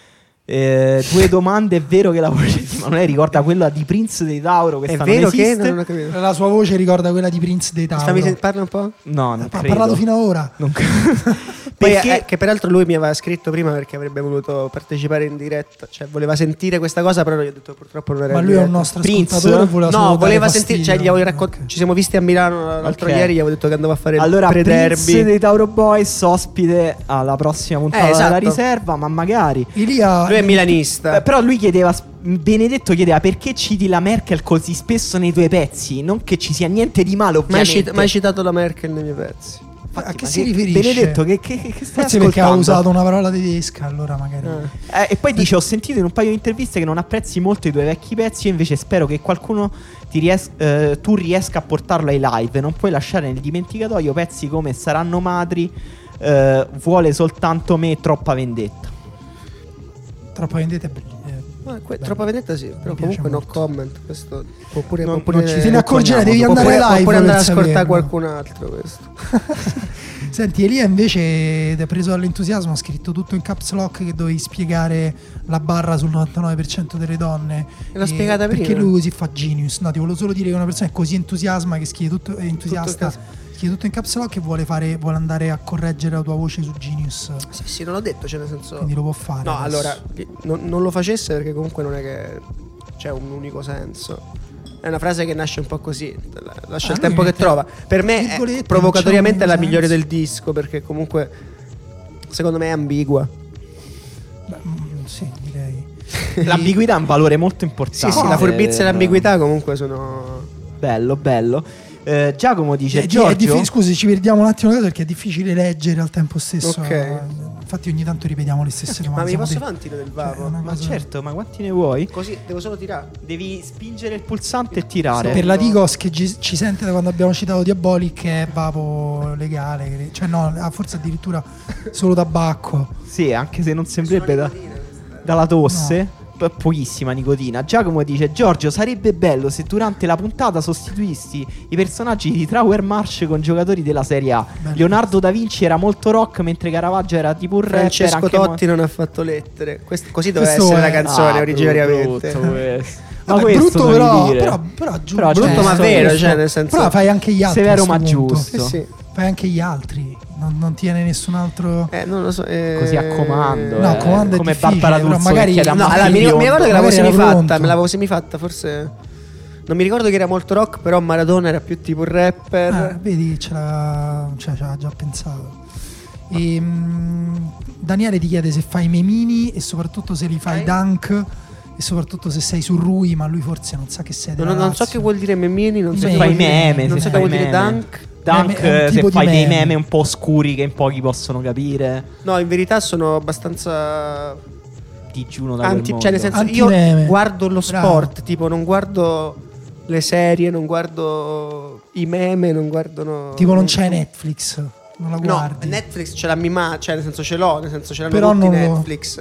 Eh, due domande: è vero che la voce di Emanuele ricorda quella di Prince dei Tauro? È Questa vero non che esiste? non ho capito. La sua voce ricorda quella di Prince dei Tauro. Stavi sen- parla un po'? No, non Ha credo. parlato fino ad ora. Non credo. Poi, Perché eh, che peraltro lui mi aveva scritto prima perché avrebbe voluto partecipare in diretta, cioè voleva sentire questa cosa, però gli ho detto purtroppo non era Ma in lui è un diretta. nostro Prince? ascoltatore e voleva solo No, dare voleva fastidio. sentire, cioè gli avevo raccont- Ok. ci siamo visti a Milano l'altro Ok. ieri, gli avevo detto che andavo a fare allora il Prince pre-derby. dei Tauro Boys ospite alla prossima puntata Eh, esatto. della riserva, ma magari. Elia, Lui è milanista. Eh, però lui chiedeva, Benedetto chiedeva: perché citi la Merkel così spesso nei tuoi pezzi? Non che ci sia niente di male, Mai, ovviamente. cit- mai citato la Merkel nei miei pezzi. a che Ma si riferisce? Benedetto, che, che, che stai Forse perché ha ascoltando? usato una parola tedesca, allora magari. Ah. Eh, e poi dice: ho sentito in un paio di interviste che non apprezzi molto i tuoi vecchi pezzi. Io invece spero che qualcuno ti ries- eh, tu riesca a portarlo ai live. Non puoi lasciare nel dimenticatoio pezzi come Saranno Madri, eh, Vuole soltanto me, Troppa vendetta. Troppo vendetta è bellissimo. Ma que- troppa vendetta sì, però piace comunque no molto. comment. Questo può pure, Non- può pure non ci Se ne accorgere, devi può andare pure, può live pure andare a per ascoltare saperlo. qualcun altro questo. Senti, Elia invece ti ha preso dall'entusiasmo, ha scritto tutto in caps lock che dovevi spiegare la barra sul novantanove per cento delle donne. E l'ho spiegata perché prima. lui si fa genius. No, ti volevo solo dire che una persona è così entusiasma che scrive tutto, è entusiasta, Tutto scrive tutto in caps lock e vuole, fare, vuole andare a correggere la tua voce su Genius. Sì, sì, non l'ho detto, cioè nel senso. Quindi lo può fare. No, adesso. allora, non, non lo facesse perché comunque non è che c'è un unico senso. È una frase che nasce un po' così, la- lascia Ah, il lui tempo che mette trova. Per me è, virgolette, provocatoriamente è non la c'è un migliore senso. del disco perché comunque secondo me è ambigua. Beh, mm, sì, direi. L'ambiguità è un valore molto Sì, importante. sì, la furbizia e Eh, l'ambiguità comunque sono. Bello, bello. Eh, Giacomo dice: È di- è Giorgio, diffi- scusi, ci perdiamo un attimo perché è difficile leggere al tempo stesso. Ok. Eh, Infatti ogni tanto ripetiamo le stesse Ma domande. mi siamo posso dei- fare un tiro del cioè, vapo? è una ma cosa- certo, ma quanti ne vuoi? Così devo solo tirare. Devi spingere il pulsante e tirare. Per la Digos che gi- ci sente da quando abbiamo citato Diabolic è vapo legale, cre- cioè no, ah, forse addirittura solo tabacco. Sì, anche se non sembrerebbe da- dalla tosse. po- Pochissima nicotina. Giacomo dice: Giorgio, sarebbe bello se durante la puntata sostituissi i personaggi di Tower March con giocatori della Serie A. Bello. Leonardo da Vinci era molto rock, mentre Caravaggio era tipo un rapper. Francesco anche mo- Totti non ha fatto lettere. Quest- così doveva Questo essere è- la canzone Ah, originariamente. brutto questo. Ma Vabbè, questo brutto devi però, dire. però, però, giu- Però giusto, brutto ma vero, giusto. cioè, nel senso- Però fai anche gli altri. Severo a sto ma punto. giusto. Sì, sì. Fai anche gli altri. Non, non tiene nessun altro. Eh, non lo so. eh, Così a comando. No, eh, comando è come difficile, Barbara però D'Urso magari- che chiede a No, No, Marco allora, mi, ricordo- mi Biondo. ricordo che l'avevo Magari era semifatta. pronto. Me l'avevo semifatta, forse. Non mi ricordo che era molto rock, però Maradona era più tipo un rapper. Ah, vedi, ce l'ha, cioè, ce l'ha già pensato. E, mm, Daniele ti chiede se fai memini e soprattutto se li fai Ok. dunk e soprattutto se sei su Rui, ma lui forse non sa che sei della Non, non so Lazio. che vuol dire memini, non so Se che fai vuol dire- meme, non se so che fai vuol dire meme. dunk. Dunk, Meme è un eh, tipo se di fai dei meme. meme un po' oscuri che in pochi possono capire. No, in verità sono abbastanza Digiuno da anti, quel cioè nel mondo. senso io Anti-meme. guardo lo Bravo. sport, tipo non guardo le serie, non guardo i meme, non guardo no, Tipo non c'è Netflix, non la No, guardi. Netflix ce l'ha mia, cioè nel senso ce l'ho, nel senso ce l'hanno Però tutti non lo- Netflix.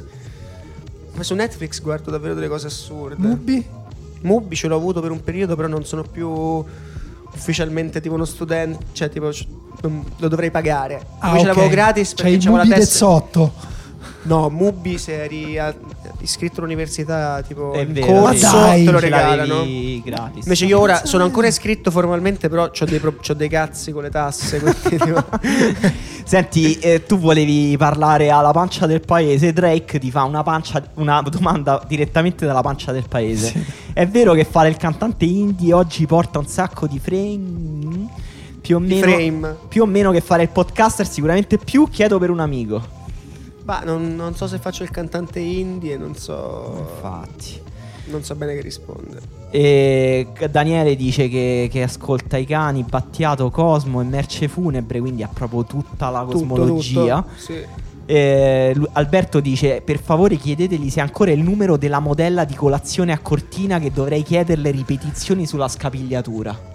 Ma su Netflix guardo davvero delle cose assurde. Mubi? Mubi ce l'ho avuto per un periodo, però non sono più ufficialmente tipo uno studente, cioè tipo c- non- lo dovrei pagare. Ah, Poi ce ok. l'avevo gratis C'è perché il c'avevo la Mubi testa. Tezzotto. No, Mubi se eri a- iscritto all'università, tipo È il vero, corso Ma dai! te lo ce regalano. l'avevi gratis. Invece io ora sono ancora iscritto formalmente, però ho dei, pro- c'ho dei cazzi con le tasse. Quindi tipo... Senti, eh, tu volevi parlare alla pancia del paese. Drake ti fa una, pancia, una domanda direttamente dalla pancia del paese. È vero che fare il cantante indie oggi porta un sacco di frame? Più o Di meno, frame. più o meno che fare il podcaster, sicuramente più. Chiedo per un amico. Ma non, non so se faccio il cantante indie e non so. Infatti. Non so bene che rispondere. E Daniele dice che, che ascolta i cani, Battiato, Cosmo e Merce Funebre, quindi ha proprio tutta la cosmologia. Tutto, tutto. Sì. Eh, Lu- Alberto dice: per favore chiedeteli se ha ancora il numero della modella di colazione a Cortina, che dovrei chiederle ripetizioni sulla scapigliatura.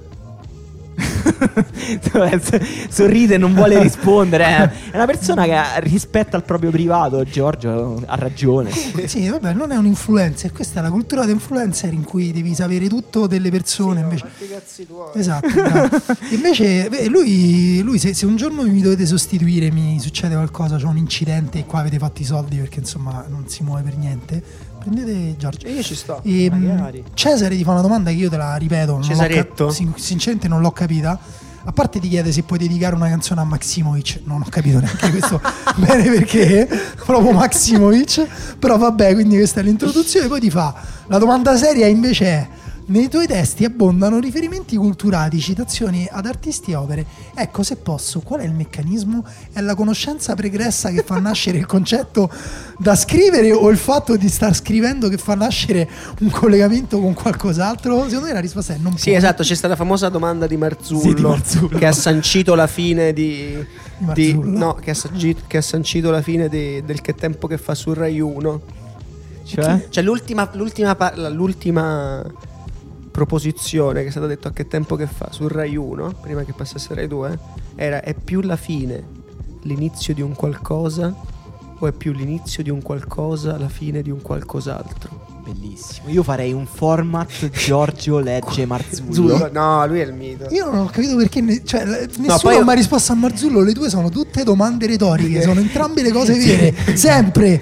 Sorride e non vuole rispondere, eh. È una persona che rispetta il proprio privato. Giorgio ha ragione. Sì, vabbè, non è un influencer, questa è la cultura da influencer in cui devi sapere tutto delle persone. Sì, invece... no, che cazzi tuoi. Esatto, bravo. Invece beh, lui, lui se, se un giorno mi dovete sostituire, mi succede qualcosa, c'è un incidente e qua avete fatto i soldi perché insomma non si muove per niente, prendete Giorgio. E io ci sto. E, Magari. Cesare ti fa una domanda che io te la ripeto, non Cesaretto? l'ho cap- sin- sinceramente non l'ho capita. A parte ti chiede se puoi dedicare una canzone a Maximovic, non ho capito neanche questo bene perché, proprio Maximovic, però vabbè, quindi questa è l'introduzione. Poi ti fa la domanda seria invece è: nei tuoi testi abbondano riferimenti culturali, citazioni ad artisti e opere. Ecco, se posso, qual è il meccanismo? È la conoscenza pregressa che fa nascere il concetto da scrivere o il fatto di star scrivendo che fa nascere un collegamento con qualcos'altro? Secondo me la risposta è non Sì, può. esatto, c'è stata la famosa domanda di Marzullo, Sì, di Marzullo. che ha sancito la fine di, di Marzullo. no, che ha, sancito, che ha sancito la fine di, del Che tempo che fa su Rai uno. Cioè? Cioè l'ultima l'ultima pa- l'ultima proposizione che è stata detta a Che tempo che fa su Rai uno, prima che passasse Rai due, era: è più la fine l'inizio di un qualcosa o è più l'inizio di un qualcosa la fine di un qualcos'altro? Bellissimo. Io farei un format Giorgio legge Marzullo. Zullo? No, lui è il mito. Io non ho capito perché ne- cioè, le- nessuno poi ha io- mai risposto a Marzullo. Le tue sono tutte domande retoriche, sono entrambe le cose vere, sempre.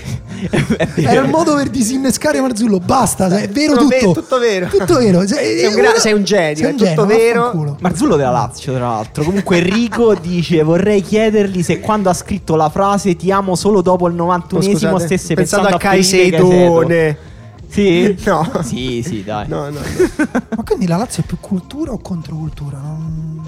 È vero. Era il modo per disinnescare Marzullo. Basta, cioè, è vero Sono tutto. ve- tutto vero. Tutto vero. Cioè, Sei un, è gra- una- sei un genio, sei un è tutto genio, vero. vaffanculo. Marzullo della Lazio, tra l'altro. Comunque Enrico dice: vorrei chiedergli se quando ha scritto la frase ti amo solo dopo il novantunesimo Oh, scusate, stesse pensando pensando a Felipe Caiceidone. Sì? No. Sì, sì, dai. No, no, no. Ma quindi la Lazio è più cultura o controcultura? Non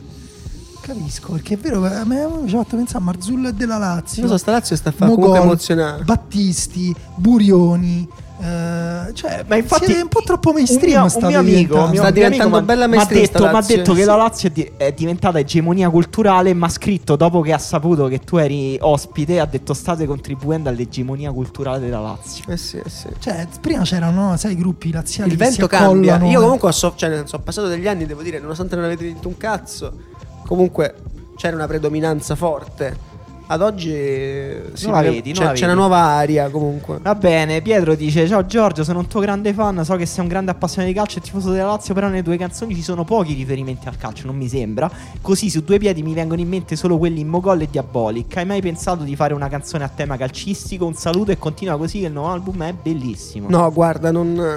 capisco, perché è vero, a me mi ci ha fatto pensare a Marzullo e della Lazio. Non so, sta Lazio sta a fare Mogol, comunque emozionare. Battisti, Burioni, eh, cioè, Ma infatti siete un po' troppo un mainstream. mio, un state mio amico, diventando. mio- Sta un mio amico diventando m'ha- bella m'ha mainstream sta detto, m'ha Lazio, detto che sì. la Lazio è, di- è diventata egemonia culturale, ma ha scritto dopo che ha saputo che tu eri ospite, ha detto: state contribuendo all'egemonia culturale della Lazio. Eh sì, eh sì. Cioè, prima c'erano, no, sai, i gruppi laziali Il che vento si cambia. accollano, Io eh. comunque ho, so, cioè, nel senso, ho passato degli anni, devo dire, nonostante non avete vinto un cazzo, comunque c'era una predominanza forte. Ad oggi eh, si Non la vede- vedi, non c'è, la c'è vedi. una nuova aria comunque. Va bene, Pietro dice: ciao Giorgio, sono un tuo grande fan, so che sei un grande appassionato di calcio e tifoso della Lazio, però nelle tue canzoni ci sono pochi riferimenti al calcio, non mi sembra. Così su due piedi mi vengono in mente solo quelli in Mogol e Diabolic. Hai mai pensato di fare una canzone a tema calcistico? Un saluto e continua così, che il nuovo album è bellissimo. No, guarda, non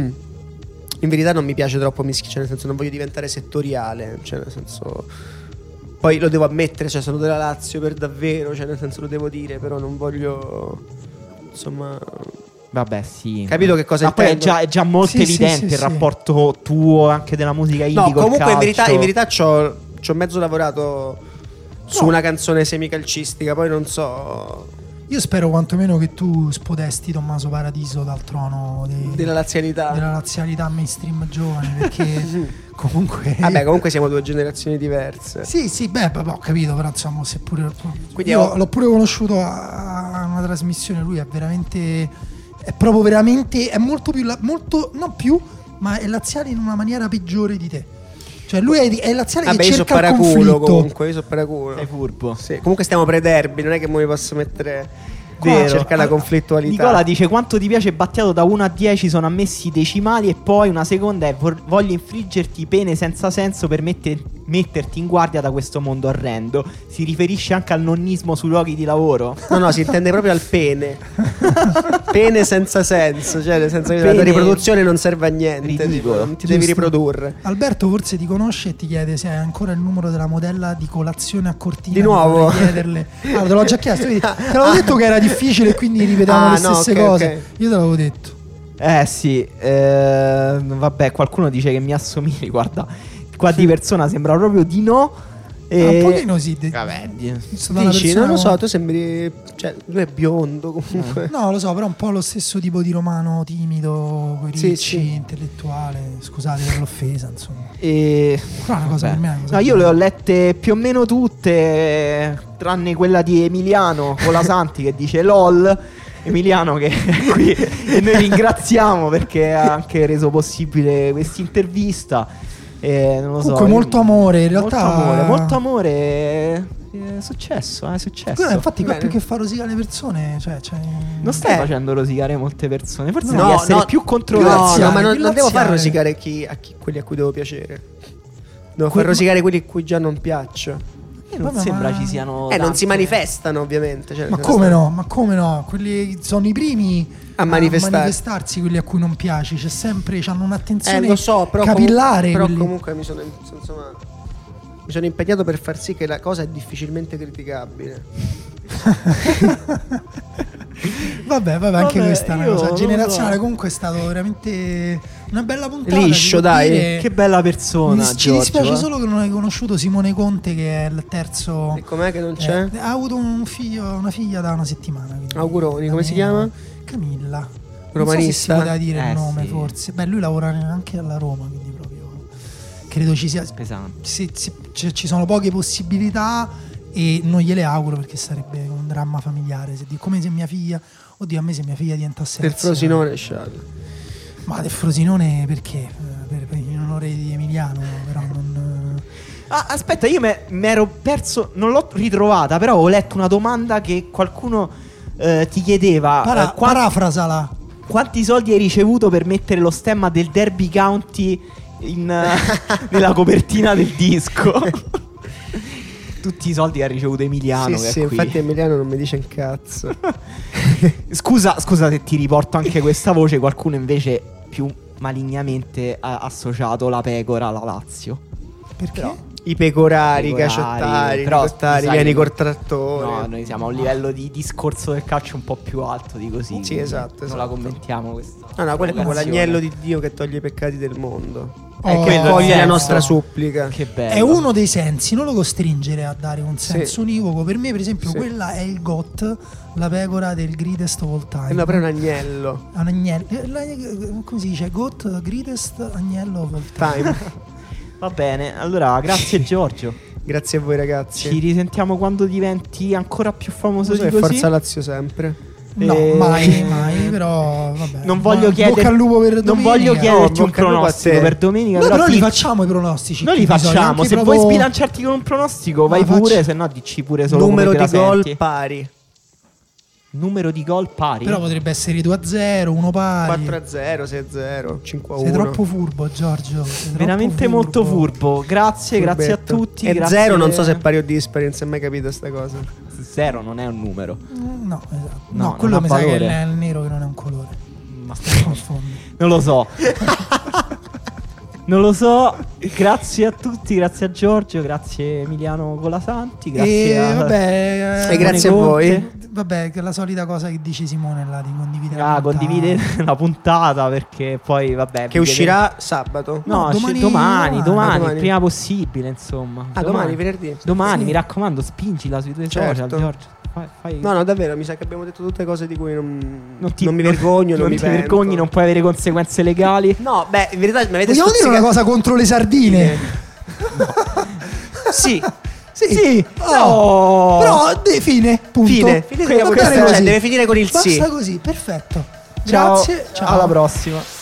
in verità non mi piace troppo mischiare, cioè nel senso non voglio diventare settoriale, cioè nel senso poi lo devo ammettere, cioè sono della Lazio per davvero, cioè nel senso lo devo dire, però non voglio insomma Vabbè, sì. capito che cosa Ma poi è intendo? già, è già molto Sì, sì, evidente sì, il sì. rapporto tuo anche della musica indie No, col comunque in verità, calcio. in verità c'ho, c'ho mezzo lavorato su No. una canzone semicalcistica, poi non so Io spero quantomeno che tu spodesti Tommaso Paradiso dal trono dei- della lazialità. della lazialità mainstream giovane, perché comunque Vabbè, comunque siamo due generazioni diverse. sì, sì, beh, vabbè, ho capito, però insomma, seppure Quindi io ho- l'ho pure conosciuto a, a una trasmissione, lui è veramente è proprio veramente è molto più la- molto non più, ma è laziale in una maniera peggiore di te. Cioè lui è, è laziale Vabbè, che io sono cerca il paraculo conflitto. comunque, io sono paraculo. Sei furbo. Sì, comunque stiamo pre-derby, non è che mo mi posso mettere qua Vero. a cercare la Allora, conflittualità. Nicola dice: quanto ti piace Battiato da uno a dieci sono ammessi i decimali. E poi una seconda è: vor- voglio infliggerti pene senza senso per mette- metterti in guardia da questo mondo orrendo. Si riferisce anche al nonnismo sui luoghi di lavoro? No, no, si intende proprio al pene. Pene senza senso, cioè nel senso che la Pene- tua riproduzione non serve a niente, tipo, Ridicolo. non ti devi Giusto. riprodurre. Alberto forse ti conosce e ti chiede se hai ancora il numero della modella di colazione a Cortina. Di nuovo? Vorrei chiederle. Allora, te l'ho già chiesto, vedi? Te l'avevo detto che era difficile e quindi ripetiamo Ah, le no, stesse ok, cose. ok. Io te l'avevo detto. Eh sì, eh, vabbè, qualcuno dice che mi assomigli. Guarda, qua di persona sembra proprio di no. E... Ah, un pochino sì. de- Vabbè, di- visto da una Dici, persona non lo so, con- tu sembri, cioè, lui è biondo comunque. No, lo so, però un po' lo stesso tipo di romano timido, coi Sì, ricci, sì. intellettuale. Scusate per l'offesa, insomma. E... Però è una cosa Vabbè. per me è una cosa No, io bella. le ho lette più o meno tutte, tranne quella di Emiliano Colasanti che dice LOL. Emiliano che è qui e noi ringraziamo perché ha anche reso possibile questa intervista. E non lo so, Comunque io- molto amore, in realtà- molto amore, molto amore, è successo, è successo. Quello, infatti, qua Bene. più che far rosicare le persone, cioè, cioè Non stai Eh. facendo rosicare molte persone, forse No, devi essere no, più No, controverso. no, ma non, più non devo far laziale. rosicare chi, a chi, quelli a cui devo piacere. Devo Que- far rosicare quelli a cui già non piaccio. Non Vabbè, sembra ma- ci siano Eh, non si tante- manifestano ovviamente. Cioè, Ma nel come senso- no? Ma come no? Quelli sono i primi A manifestare. manifestarsi, quelli a cui non piaci. C'è sempre, hanno Eh, un'attenzione lo so, però, capillare. comu- però quelli. comunque mi sono, insomma, mi sono impegnato per far sì che la cosa è difficilmente criticabile. Vabbè, vabbè, anche Vabbè, questa è una io cosa non lo generazionale. so. Comunque è stato veramente una bella puntata. Liscio, si può dai. dire. Che bella Mi persona, dis- Ci Giorgio, dispiace eh. solo che non hai conosciuto Simone Conte, che è il terzo. E com'è che non c'è? eh, ha avuto un figlio, una figlia da una settimana. quindi- Auguroni, come si chiama? Camilla. Romanista? Non so se si poteva dire Eh, il nome, sì. forse. Beh, lui lavora anche alla Roma, quindi proprio credo ci sia. Pesante. se- se- cioè, ci sono poche possibilità e non gliele auguro perché sarebbe un dramma familiare. Se di- come se mia figlia, oddio, a me se mia figlia diventasse Del anziana. Frosinone, sciallo. Ma del Frosinone perché? Eh, Per, per in onore di Emiliano, però non. Ah, aspetta, io mi ero perso, non l'ho ritrovata, però ho letto una domanda che qualcuno eh, ti chiedeva. Para- eh, quanti, parafrasala. quanti soldi hai ricevuto per mettere lo stemma del Derby County in, eh, nella copertina del disco? Tutti i soldi che ha ricevuto Emiliano. Sì, che sì, è qui. infatti Emiliano non mi dice un cazzo. Scusa, scusa se ti riporto anche questa voce. Qualcuno invece più malignamente ha associato la pecora alla Lazio. Perché? Però- I pecorari, i Pecorari, caciottari, i però, cottari, sai vieni che- col trattore. No, noi siamo a un livello di discorso del calcio un po' più alto di così. Sì, quindi esatto, Non esatto. la commentiamo questa. No, no, quello è proprio relazione. l'agnello di Dio che toglie i peccati del mondo. Oh, e che quello è il accoglie la senso. nostra supplica. Che bello. È uno dei sensi, non lo costringere a dare un Sì. senso univoco. Per me, per esempio, Sì. quella è il G O T, la pecora del greatest of all time. E no, però è un agnello. Un agnello. eh, la- come si dice? G O T, greatest agnello of all time. Time. Va bene, allora grazie Giorgio. Grazie a voi ragazzi. Ci risentiamo quando diventi ancora più famoso Lo so, di e così. Forza Lazio sempre. No, Eh, mai, mai, però vabbè. Non voglio Bo- chiedere- Bocca al lupo per Non domenica. voglio chiederti No, un bocca al lupo a pronostico te. per domenica. Noi però li ti- facciamo i pronostici. Noi li tutti i soliti, facciamo. anche Se proprio- vuoi sbilanciarti con un pronostico, vai Ma faccio- pure. Se no, dici pure solo Numero come di te la gol senti. pari. Numero di gol pari. Però potrebbe essere due a zero, uno pari. quattro a zero, sei a zero, cinque a uno. Sei troppo furbo, Giorgio. sei troppo Veramente molto furbo. Grazie, grazie a Furbetto. tutti. E grazie- zero non so se è pari o dispari, non si è mai capito sta cosa. Zero non è un numero. Mm, No, esatto. No, No, non quello ha mi sa che valore. è il nero che non è un colore. Ma Mi confondo. non lo so. Non lo so. Grazie a tutti, grazie a Giorgio, grazie Emiliano Colasanti, grazie E a vabbè, E eh, grazie a Conte. voi. Vabbè, che è la solita cosa che dice Simone là di condividere. Ah, la puntata. condivide la puntata perché poi vabbè. Che vi uscirà sabato. No, No, domani, domani- domani, domani, ah, il domani. prima possibile, insomma. Ah, domani, venerdì. Domani, Sì. mi raccomando, spingila sui tuoi Certo. social, Giorgio. Fai, fai- No, no, davvero, mi sa che abbiamo detto tutte cose di cui non, non, ti- non mi vergogno, non, non mi ti pento. vergogni, non puoi avere conseguenze legali. No, beh, in verità mi avete Vogliamo dire una stuzzicato- cosa contro le sardine? Sì. Sì. Sì. Oh. No. Però de- fine, punto. Fine, fine, Va questa- bene cioè, così. deve finire con il Basta sì. così, perfetto. Ciao, Grazie. Ciao. alla prossima.